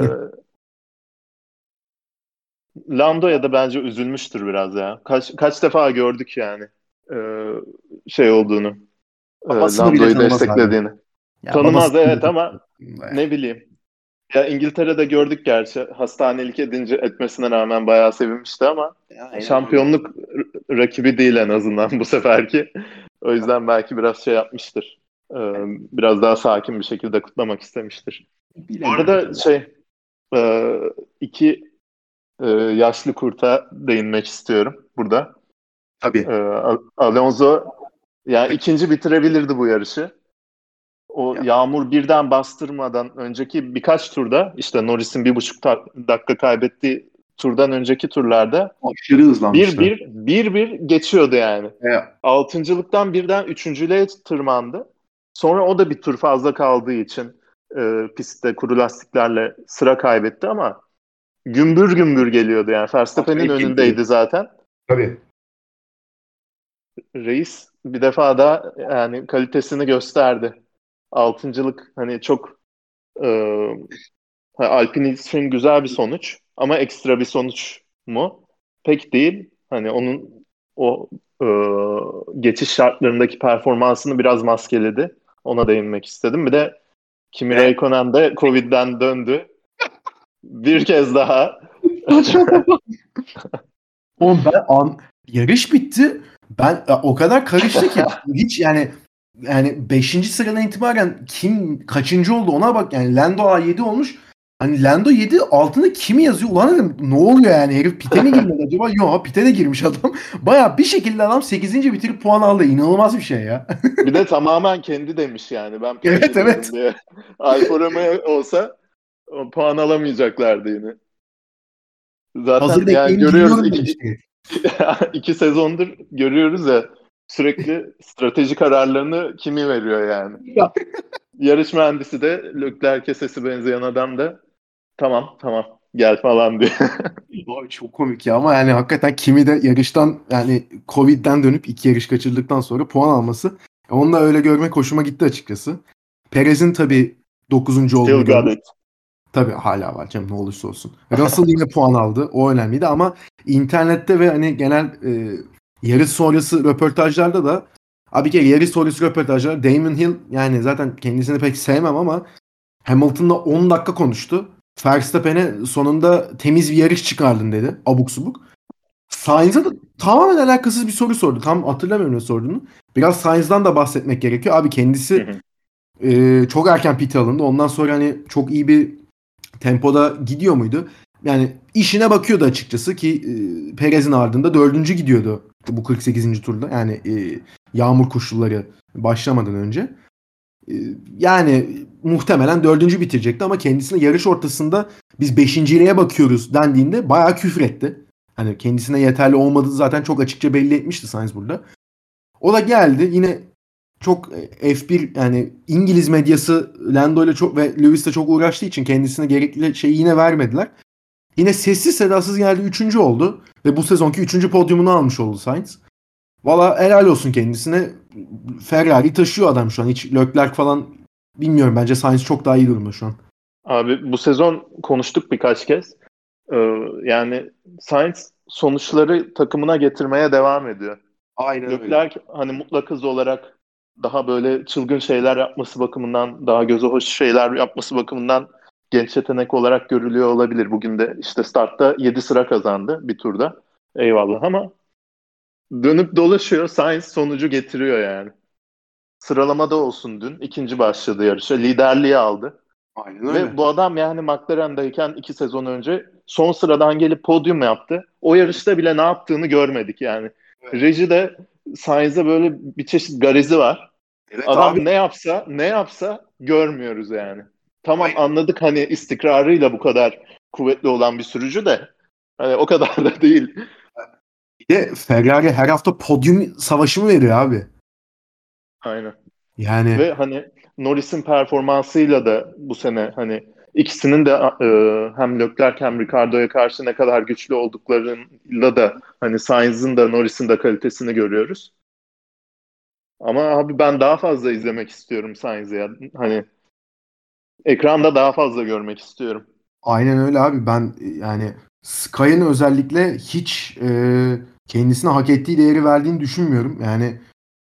Lando'ya da bence üzülmüştür biraz ya. Kaç kaç defa gördük yani e, şey olduğunu, e, babasını bile Lando'yu tanımaz abi. desteklediğini. Ya Tanımaz, babasını bile evet, ama tanımaz. ne bileyim. Ya İngiltere'de gördük gerçi. Hastanelik edince etmesine rağmen bayağı sevinmişti ama Ya, aynen öyle. şampiyonluk r- rakibi değil en azından bu seferki. O yüzden belki biraz şey yapmıştır. E, biraz daha sakin bir şekilde kutlamak istemiştir. Bu Bilemiyorum arada tabii. şey, e, iki e, yaşlı kurta değinmek istiyorum burada. E, Tabii. Al- Alonso yani ikinci bitirebilirdi bu yarışı. O Ya, yağmur birden bastırmadan önceki birkaç turda, işte Norris'in bir buçuk ta- dakika kaybettiği turdan önceki turlarda aşırı bir hızlanmıştı. bir bir bir geçiyordu yani. Ya, Altıncılıktan birden üçüncülüğe tırmandı. Sonra o da bir tur fazla kaldığı için e, pistte kuru lastiklerle sıra kaybetti ama gümbür gümbür geliyordu yani. Verstappen'in acayip geliyordu. önündeydi zaten. Tabii. Reis bir defa da yani kalitesini gösterdi. Altıncılık hani çok e, Alpine için güzel bir sonuç ama ekstra bir sonuç mu? Pek değil. Hani onun o e, geçiş şartlarındaki performansını biraz maskeledi. Ona değinmek istedim. Bir de Kimi Ve Räikkönen de Covid'den döndü. Bir kez daha. oğlum ben an, yarış bitti. Ben ya, o kadar karıştı ki hiç yani yani beşinci sıradan itibaren kim kaçıncı oldu ona bak yani Lando A yedi olmuş. Hani Lando yedi altında kimi yazıyor? Ulan dedim ne oluyor yani herif pite mi girmedi acaba? Yok pite de girmiş adam. Baya bir şekilde adam sekizinci bitirip puan aldı. İnanılmaz bir şey ya. Bir de tamamen kendi demiş yani, ben pite Evet evet. giriyorum diye. Alfa Romeo olsa o puan alamayacaklardı yine. Hazır Zaten yani bekleyeyim görüyoruz giriyorum iki, demişti. iki sezondur görüyoruz ya, sürekli strateji kararlarını kimi veriyor yani. Ya. Yarış mühendisi de Leclerc'e sesi benzeyen adam da tamam tamam gel falan diye. Abi çok komik ya ama yani hakikaten kimi de yarıştan yani Covid'den dönüp iki yarış kaçırdıktan sonra puan alması Onu da öyle görmek hoşuma gitti açıkçası. Perez'in tabii dokuzuncu olduğunu Still got gördüm. it. Tabii hala var canım, ne olursa olsun. Russell yine puan aldı. O önemliydi ama internette ve hani genel e, yarış sonrası röportajlarda da abi ki yarış sonrası röportajlar Damon Hill, yani zaten kendisini pek sevmem ama Hamilton'la on dakika konuştu. Verstappen'e sonunda temiz bir yarış çıkardın dedi. Abuk subuk. Sainz'a da tamamen alakasız bir soru sordu. Tam hatırlamıyorum ne sorduğunu. Biraz Sainz'dan da bahsetmek gerekiyor. Abi kendisi e, çok erken pit alındı. Ondan sonra hani çok iyi bir tempoda gidiyor muydu? Yani işine bakıyordu açıkçası ki e, Perez'in ardında dördüncü gidiyordu bu kırk sekizinci turda. Yani e, yağmur koşulları başlamadan önce. E, yani muhtemelen dördüncü bitirecekti ama kendisine yarış ortasında biz beşinciliğe bakıyoruz dendiğinde bayağı küfür etti. Hani kendisine yeterli olmadığı zaten çok açıkça belli etmişti Sainz burada. O da geldi yine çok F bir, yani İngiliz medyası Lando ile çok ve Lewis'le çok uğraştığı için kendisine gerekli şeyi yine vermediler. Yine sessiz sedasız geldi, üçüncü oldu ve bu sezonki üçüncü podyumunu almış oldu Sainz. Valla helal olsun kendisine. Ferrari taşıyor adam şu an. Hiç Leclerc falan bilmiyorum. Bence Sainz çok daha iyi durumda şu an. Abi bu sezon konuştuk birkaç kez. Ee, yani Sainz sonuçları takımına getirmeye devam ediyor. Aynen öyle. Leclerc hani mutlak hız olarak daha böyle çılgın şeyler yapması bakımından, daha göze hoş şeyler yapması bakımından genç yetenek olarak görülüyor olabilir. Bugün de işte startta yedi sıra kazandı bir turda. Eyvallah ama dönüp dolaşıyor. Sainz sonucu getiriyor yani. Sıralamada olsun dün. ikinci başladı yarışa. Liderliği aldı. Aynen öyle. Ve bu adam yani McLaren'dayken iki sezon önce son sıradan gelip podyum yaptı. O yarışta bile ne yaptığını görmedik yani. Evet. Reji'de Sainz'e böyle bir çeşit garizi var. Evet Adam abi. ne yapsa ne yapsa görmüyoruz yani. Tamam Aynen. anladık hani istikrarıyla bu kadar kuvvetli olan bir sürücü de hani o kadar da değil. Bir de Ferrari her hafta podyum savaşı mı veriyor abi? Aynen. Yani Ve hani Norris'in performansıyla da bu sene hani ikisinin de e, hem Leclerc hem Ricardo'ya karşı ne kadar güçlü olduklarıyla da hani Sainz'ın da Norris'in de kalitesini görüyoruz. Ama abi ben daha fazla izlemek istiyorum Sainz'i ya. Hani ekranda daha fazla görmek istiyorum. aynen öyle abi. Ben e, yani Sky'ın özellikle hiç e, kendisine hak ettiği değeri verdiğini düşünmüyorum. Yani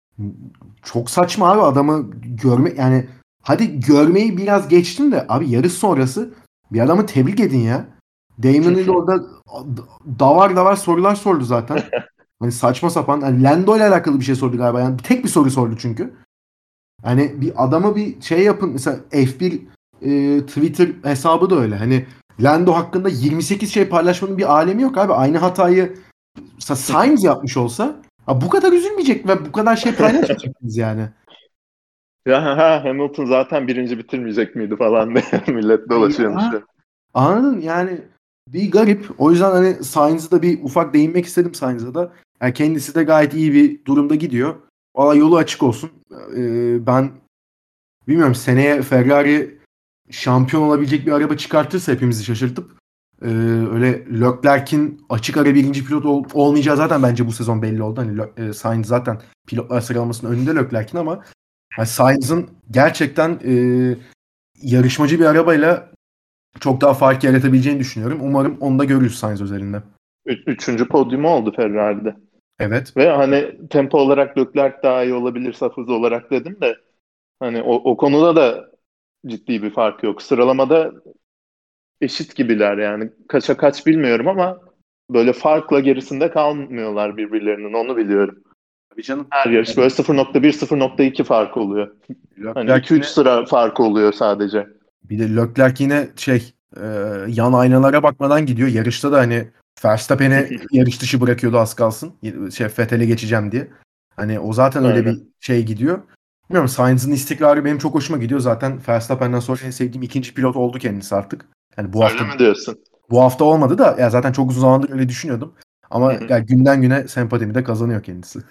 çok saçma abi adamı görme, yani hadi görmeyi biraz geçtim de abi yarış sonrası bir adamı tebrik edin ya. Damon Hill orada davar davar sorular sordu zaten. Hani saçma sapan. Yani Lando ile alakalı bir şey sordu galiba. Yani tek bir soru sordu çünkü. Hani bir adama bir şey yapın. Mesela F bir e, Twitter hesabı da öyle. Hani Lando hakkında yirmi sekiz şey paylaşmanın bir alemi yok abi. Aynı hatayı mesela Sainz yapmış olsa ha, bu kadar üzülmeyecek ve bu kadar şey paylaşmayacaktınız yani. Ya ha, Hamilton zaten birinci bitirmeyecek miydi falan diye millet dolaşıyormuş. Ya, anladın yani, bir garip. O yüzden hani Sainz'a da bir ufak değinmek istedim Sainz'a da. Yani kendisi de gayet iyi bir durumda gidiyor. Valla yolu açık olsun. Ee, ben bilmiyorum, seneye Ferrari şampiyon olabilecek bir araba çıkartırsa hepimizi şaşırtıp e, öyle Leclerc'in açık ara birinci pilot ol- olmayacağı zaten bence bu sezon belli oldu. Hani Le- e, Sainz zaten pilotlar sıralamasının önünde Leclerc'in ama yani Sainz'ın gerçekten e, yarışmacı bir arabayla çok daha fark yaratabileceğini düşünüyorum. Umarım onu da görürüz Sainz özelinde. Ü- üçüncü podyumu oldu Ferrari'de. Evet. Ve hani tempo olarak Leclerc daha iyi olabilir saf hız olarak dedim de hani o, o konuda da ciddi bir fark yok. Sıralamada eşit gibiler yani. Kaça kaç bilmiyorum ama böyle farkla gerisinde kalmıyorlar birbirlerinin onu biliyorum. Tabii canım. Her yarış böyle sıfır nokta bir sıfır nokta iki fark oluyor. Hani Leclerc iki üç yine, sıra fark oluyor sadece. bir de Leclerc yine şey e, yan aynalara bakmadan gidiyor. Yarışta da hani Verstappen'i yarış dışı bırakıyordu az kalsın. Şey, Vettel'e geçeceğim diye. Hani o zaten öyle bir Aynen. şey gidiyor. Bilmiyorum, Sainz'ın istikrarı benim çok hoşuma gidiyor. Zaten Verstappen'den sonra en sevdiğim ikinci pilot oldu kendisi artık. Yani bu Öyle hafta mi diyorsun? bu hafta olmadı da ya zaten çok uzun zamandır öyle düşünüyordum. Hı Ama hı. yani günden güne sempatimi de kazanıyor kendisi.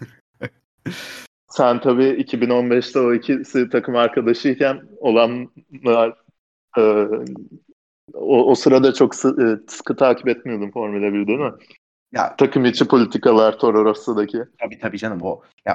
Sen tabii iki bin on beşte o ikisi takım arkadaşıyken olanlar e, o, o sırada çok sı- e, sıkı takip etmiyordum Formula bir değil mi? Ya Takım içi politikalar Toro Rosso'daki. tabii tabii canım, o ya o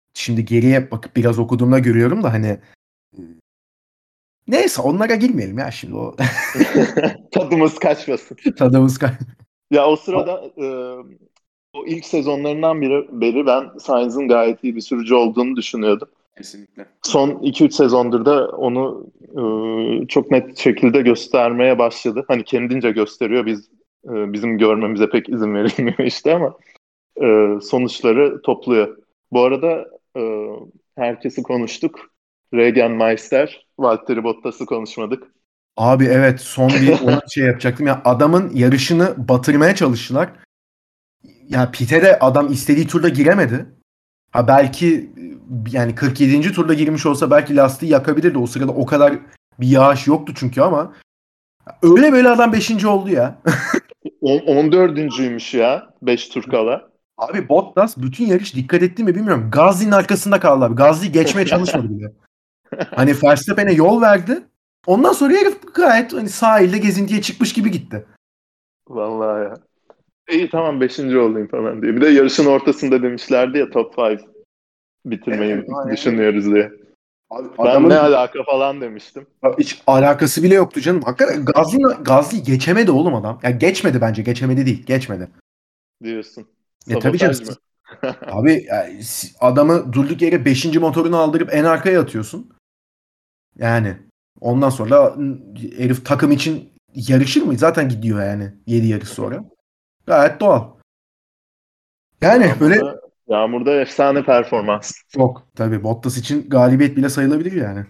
şimdi geriye bakıp biraz okuduğumda görüyorum da hani neyse onlara girmeyelim ya şimdi o Tadımız kaçmasın. tadımız kay- Ya o sırada e, o ilk sezonlarından biri, beri ben Sainz'ın gayet iyi bir sürücü olduğunu düşünüyordum. Kesinlikle. Son iki üç sezondur da onu e, çok net şekilde göstermeye başladı. Hani kendince gösteriyor. Biz e, bizim görmemize pek izin verilmiyor işte ama e, sonuçları topluyor. Bu arada e, herkesi konuştuk. Regenmeister, Valtteri Bottas'ı konuşmadık. Abi evet son bir ona şey yapacaktım ya adamın yarışını batırmaya çalıştılar. Ya pite de adam istediği turda giremedi. Ha belki yani kırk yedinci turda girmiş olsa belki lastiği yakabilirdi. O sırada o kadar bir yağış yoktu çünkü ama öyle böyle adam beşinci oldu ya. On- on dördüncüymüş ya beş tur kala. Abi Bottas bütün yarış dikkat etti mi bilmiyorum. Gasly'nin arkasında kaldı abi. Gasly geçmeye çalışmadı bile. Hani Verstappen'e yol verdi. Ondan sonra herif gayet hani sahilde gezintiye çıkmış gibi gitti. Vallahi ya. İyi tamam beşinci olayım falan diye. Bir de yarışın ortasında demişlerdi ya top beş bitirmeyi Evet, aynen öyle. düşünüyoruz diye. Abi Ben ne adamın alaka falan demiştim. hiç alakası bile yoktu canım. Hakikaten Gasly, Gasly geçemedi oğlum adam. Ya geçmedi bence. Geçemedi değil. Geçmedi. Diyorsun. E tabii canım. Sabotaj mı? Abi yani adamı durduk yere beşinci motorunu aldırıp en arkaya atıyorsun. Yani ondan sonra herif takım için yarışır mı? Zaten gidiyor yani yedi yarış sonra. Gayet doğal. Yani böyle Yağmurda, yağmurda efsane performans. çok tabii Bottas için galibiyet bile sayılabilir yani.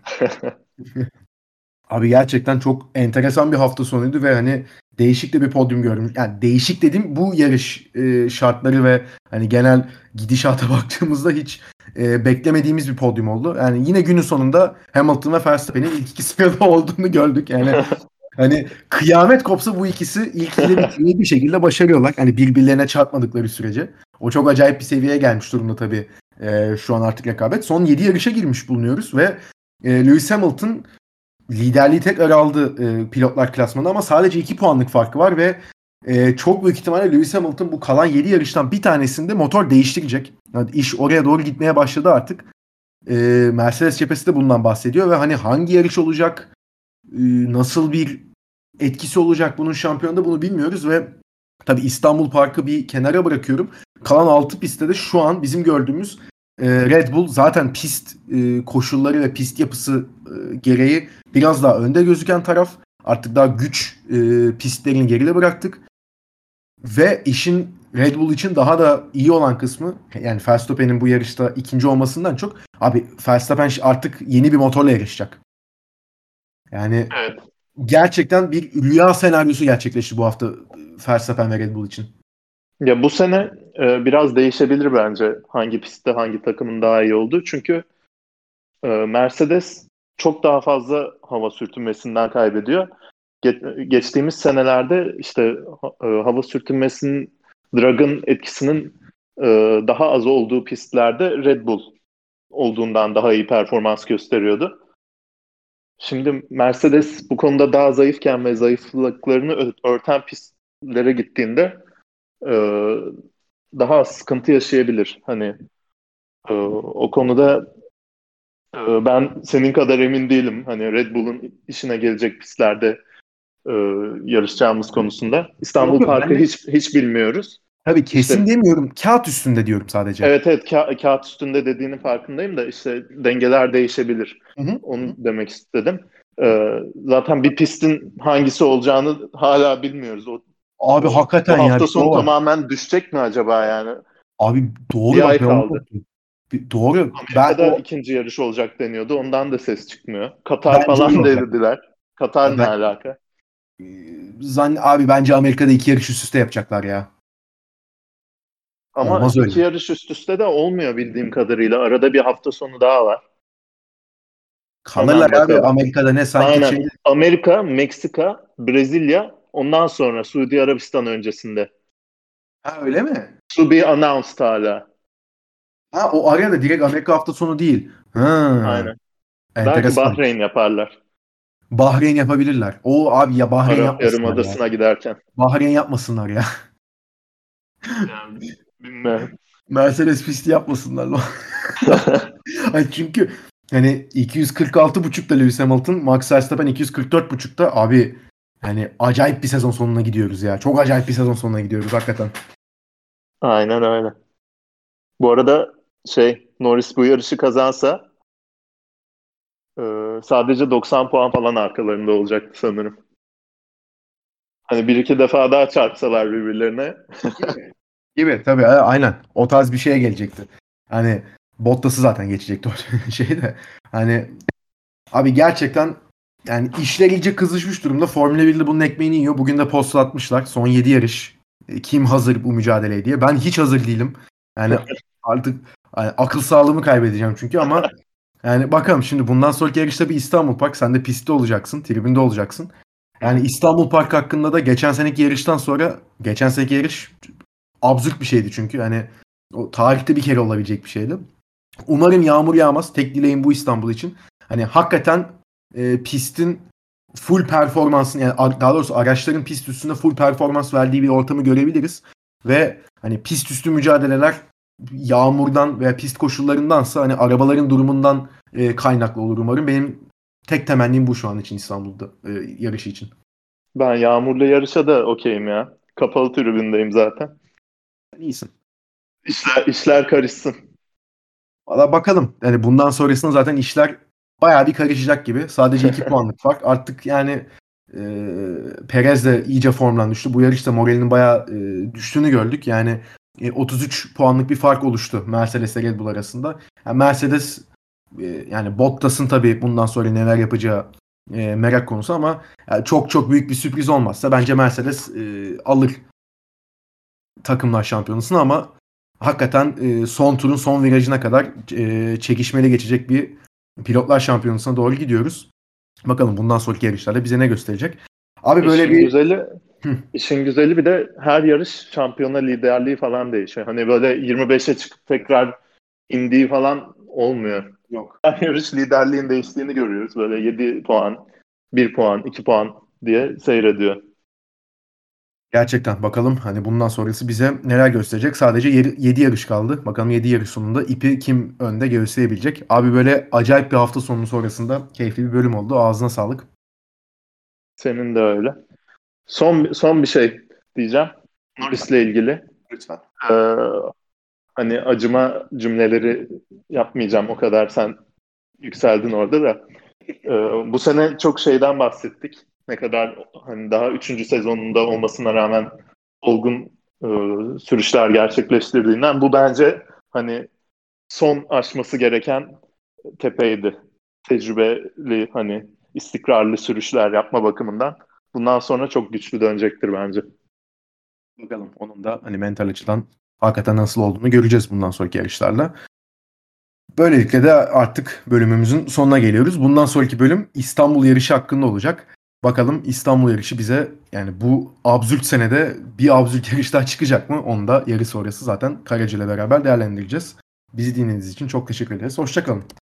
Abi gerçekten çok enteresan bir hafta sonuydu ve hani değişik de bir podyum gördüm. Yani değişik dediğim bu yarış e, şartları ve hani genel gidişata baktığımızda hiç e, beklemediğimiz bir podyum oldu. Yani yine günün sonunda Hamilton ve Verstappen'in ilk iki sırada olduğunu gördük. Yani hani kıyamet kopsa bu ikisi ilk ikide bitirmeyi bir şekilde başarıyorlar. Hani birbirlerine çarpmadıkları sürece. O çok acayip bir seviyeye gelmiş durumda tabii e, şu an artık rekabet. Son yedi yarışa girmiş bulunuyoruz ve e, Lewis Hamilton liderliği tekrar aldı e, pilotlar klasmanında ama sadece iki puanlık farkı var ve e, çok büyük ihtimalle Lewis Hamilton bu kalan yedi yarıştan bir tanesinde motor değiştirecek. Yani iş oraya doğru gitmeye başladı artık. E, Mercedes cephesi de bundan bahsediyor ve hani hangi yarış olacak, e, nasıl bir etkisi olacak bunun şampiyonda bunu bilmiyoruz ve tabii İstanbul Park'ı bir kenara bırakıyorum. Kalan altı pistte de şu an bizim gördüğümüz e, Red Bull zaten pist e, koşulları ve pist yapısı e, gereği biraz daha önde gözüken taraf. Artık daha güç e, pistlerini geride bıraktık. Ve işin Red Bull için daha da iyi olan kısmı yani Verstappen'in bu yarışta ikinci olmasından çok abi Verstappen artık yeni bir motorla yarışacak. Yani Evet. gerçekten bir rüya senaryosu gerçekleşti bu hafta Verstappen ve Red Bull için. Ya bu sene e, biraz değişebilir bence hangi pistte hangi takımın daha iyi olduğu. Çünkü e, Mercedes çok daha fazla hava sürtünmesinden kaybediyor. Ge- geçtiğimiz senelerde işte ha- e, hava sürtünmesinin dragın etkisinin e, daha az olduğu pistlerde Red Bull olduğundan daha iyi performans gösteriyordu. Şimdi Mercedes bu konuda daha zayıfken ve zayıflıklarını ö- örten pistlere gittiğinde e, daha az sıkıntı yaşayabilir. Hani e, o konuda e, ben senin kadar emin değilim. Hani Red Bull'un işine gelecek pistlerde e, yarışacağımız konusunda. Yok İstanbul yok ben Park'ı de hiç hiç bilmiyoruz. tabii İşte kesin demiyorum. Kağıt üstünde diyorum sadece. evet evet ka- kağıt üstünde dediğinin farkındayım da işte dengeler değişebilir. Hı hı. Onu demek istedim. Ee, zaten bir pistin hangisi olacağını hala bilmiyoruz. O, Abi o hakikaten bu ya hafta bir de sonu o var. tamamen düşecek mi acaba yani? Abi doğru Bir bak ay ben onu kaldı. unuttum. Bir- Doğru. Ben Amerika'da o ikinci yarış olacak deniyordu. Ondan da ses çıkmıyor. Katar bence öyle falan olacak. dediler. Katar ne Ben, alaka? zan, abi bence Amerika'da iki yarış üst üste yapacaklar ya. Ama Olmaz iki öyle. yarış üst üste de olmuyor bildiğim kadarıyla. Arada bir hafta sonu daha var. Kalırlar Hemen abi bakalım. Amerika'da ne sanki Aynen. şey. Amerika, Meksika, Brezilya. Ondan sonra Suudi Arabistan öncesinde. Ha öyle mi? To be announced hala. Ha o arada direkt Amerika hafta sonu değil. Ha, Aynen. Belki enteresan. Bahreyn yaparlar. Bahreyn yapabilirler. O abi ya Bahreyn Arap yapmasınlar ya. Yarımadası'na giderken. Bahreyn yapmasınlar ya. Yani bilmiyorum. Mercedes pisti yapmasınlar. Ay çünkü hani iki yüz kırk altı buçukta Lewis Hamilton, Max Verstappen iki yüz kırk dört buçukta abi, hani acayip bir sezon sonuna gidiyoruz ya. Çok acayip bir sezon sonuna gidiyoruz hakikaten. Aynen öyle. Bu arada şey, Norris bu yarışı kazansa e, sadece doksan puan falan arkalarında olacaktı sanırım. Hani bir iki defa daha çarpsalar birbirlerine. Gibi. Gibi tabii, a- aynen. O tarz bir şeye gelecekti. Hani Bottas'ı zaten geçecekti o şeyde. Hani abi gerçekten yani işler iyice kızışmış durumda. Formula birde bunun ekmeğini yiyor. Bugün de posta atmışlar. Son yedi yarış. E, Kim hazır bu mücadeleye diye. Ben hiç hazır değilim. Yani artık hani akıl sağlığımı kaybedeceğim çünkü, ama yani bakalım şimdi bundan sonraki yarışta bir İstanbul Park. Sen de pistte olacaksın. Tribünde olacaksın. Yani İstanbul Park hakkında da geçen seneki yarıştan sonra, geçen seneki yarış absürt bir şeydi çünkü. Yani o tarihte bir kere olabilecek bir şeydi. Umarım yağmur yağmaz. Tek dileğim bu İstanbul için. Hani hakikaten e, pistin full performansını, yani daha doğrusu araçların pist üstünde full performans verdiği bir ortamı görebiliriz. Ve hani pist üstü mücadeleler yağmurdan veya pist koşullarındansa hani arabaların durumundan e, kaynaklı olur umarım. Benim tek temennim bu şu an için, İstanbul'da e, yarışı için. Ben yağmurlu yarışa da okeyim ya. Kapalı tribündeyim zaten. Sen iyisin. İşler, işler karışsın. Valla bakalım. Yani bundan sonrasında zaten işler bayağı bir karışacak gibi. Sadece iki puanlık fark. Artık yani e, Perez de iyice formdan düştü. Bu yarışta moralinin bayağı e, düştüğünü gördük. Yani e, otuz üç puanlık bir fark oluştu Mercedes ile Red Bull arasında. Yani Mercedes e, yani Bottas'ın tabii bundan sonra neler yapacağı e, merak konusu, ama yani çok çok büyük bir sürpriz olmazsa bence Mercedes e, alır takımlar şampiyonasını, ama hakikaten e, son turun son virajına kadar e, çekişmeli geçecek bir pilotlar şampiyonasına doğru gidiyoruz. Bakalım bundan sonraki yarışlarda bize ne gösterecek. Abi böyle İşin bir güzeli Hı. işin güzeli bir de her yarış şampiyona liderliği falan değişiyor. Hani böyle yirmi beşe çıkıp tekrar indiği falan olmuyor. Yok. Her yarış liderliğin değiştiğini görüyoruz. Böyle yedi puan, bir puan, iki puan diye seyrediyor. Gerçekten bakalım hani bundan sonrası bize neler gösterecek. Sadece yedi yarış kaldı. Bakalım yedi yarış sonunda ipi kim önde gösterebilecek. Abi böyle acayip bir hafta sonu sonrasında keyifli bir bölüm oldu. Ağzına sağlık. Senin de öyle. Son son bir şey diyeceğim. Norris'le ilgili. Lütfen. Ee, Hani acıma cümleleri yapmayacağım o kadar, sen yükseldin orada da. Ee, Bu sene çok şeyden bahsettik. Ne kadar hani daha üçüncü sezonunda olmasına rağmen olgun e, sürüşler gerçekleştirdiğinden, bu bence hani son aşması gereken tepeydi. Tecrübeli, hani istikrarlı sürüşler yapma bakımından. Bundan sonra çok güçlü dönecektir bence. Bakalım onun da hani mental açıdan hakikaten nasıl olduğunu göreceğiz bundan sonraki yarışlarla. Böylelikle de artık bölümümüzün sonuna geliyoruz. Bundan sonraki bölüm İstanbul yarışı hakkında olacak. Bakalım İstanbul yarışı bize yani bu absürt senede bir absürt yarış daha çıkacak mı? Onu da yarış sonrası zaten Karaca ile beraber değerlendireceğiz. Bizi dinlediğiniz için çok teşekkür ederiz. Hoşça kalın.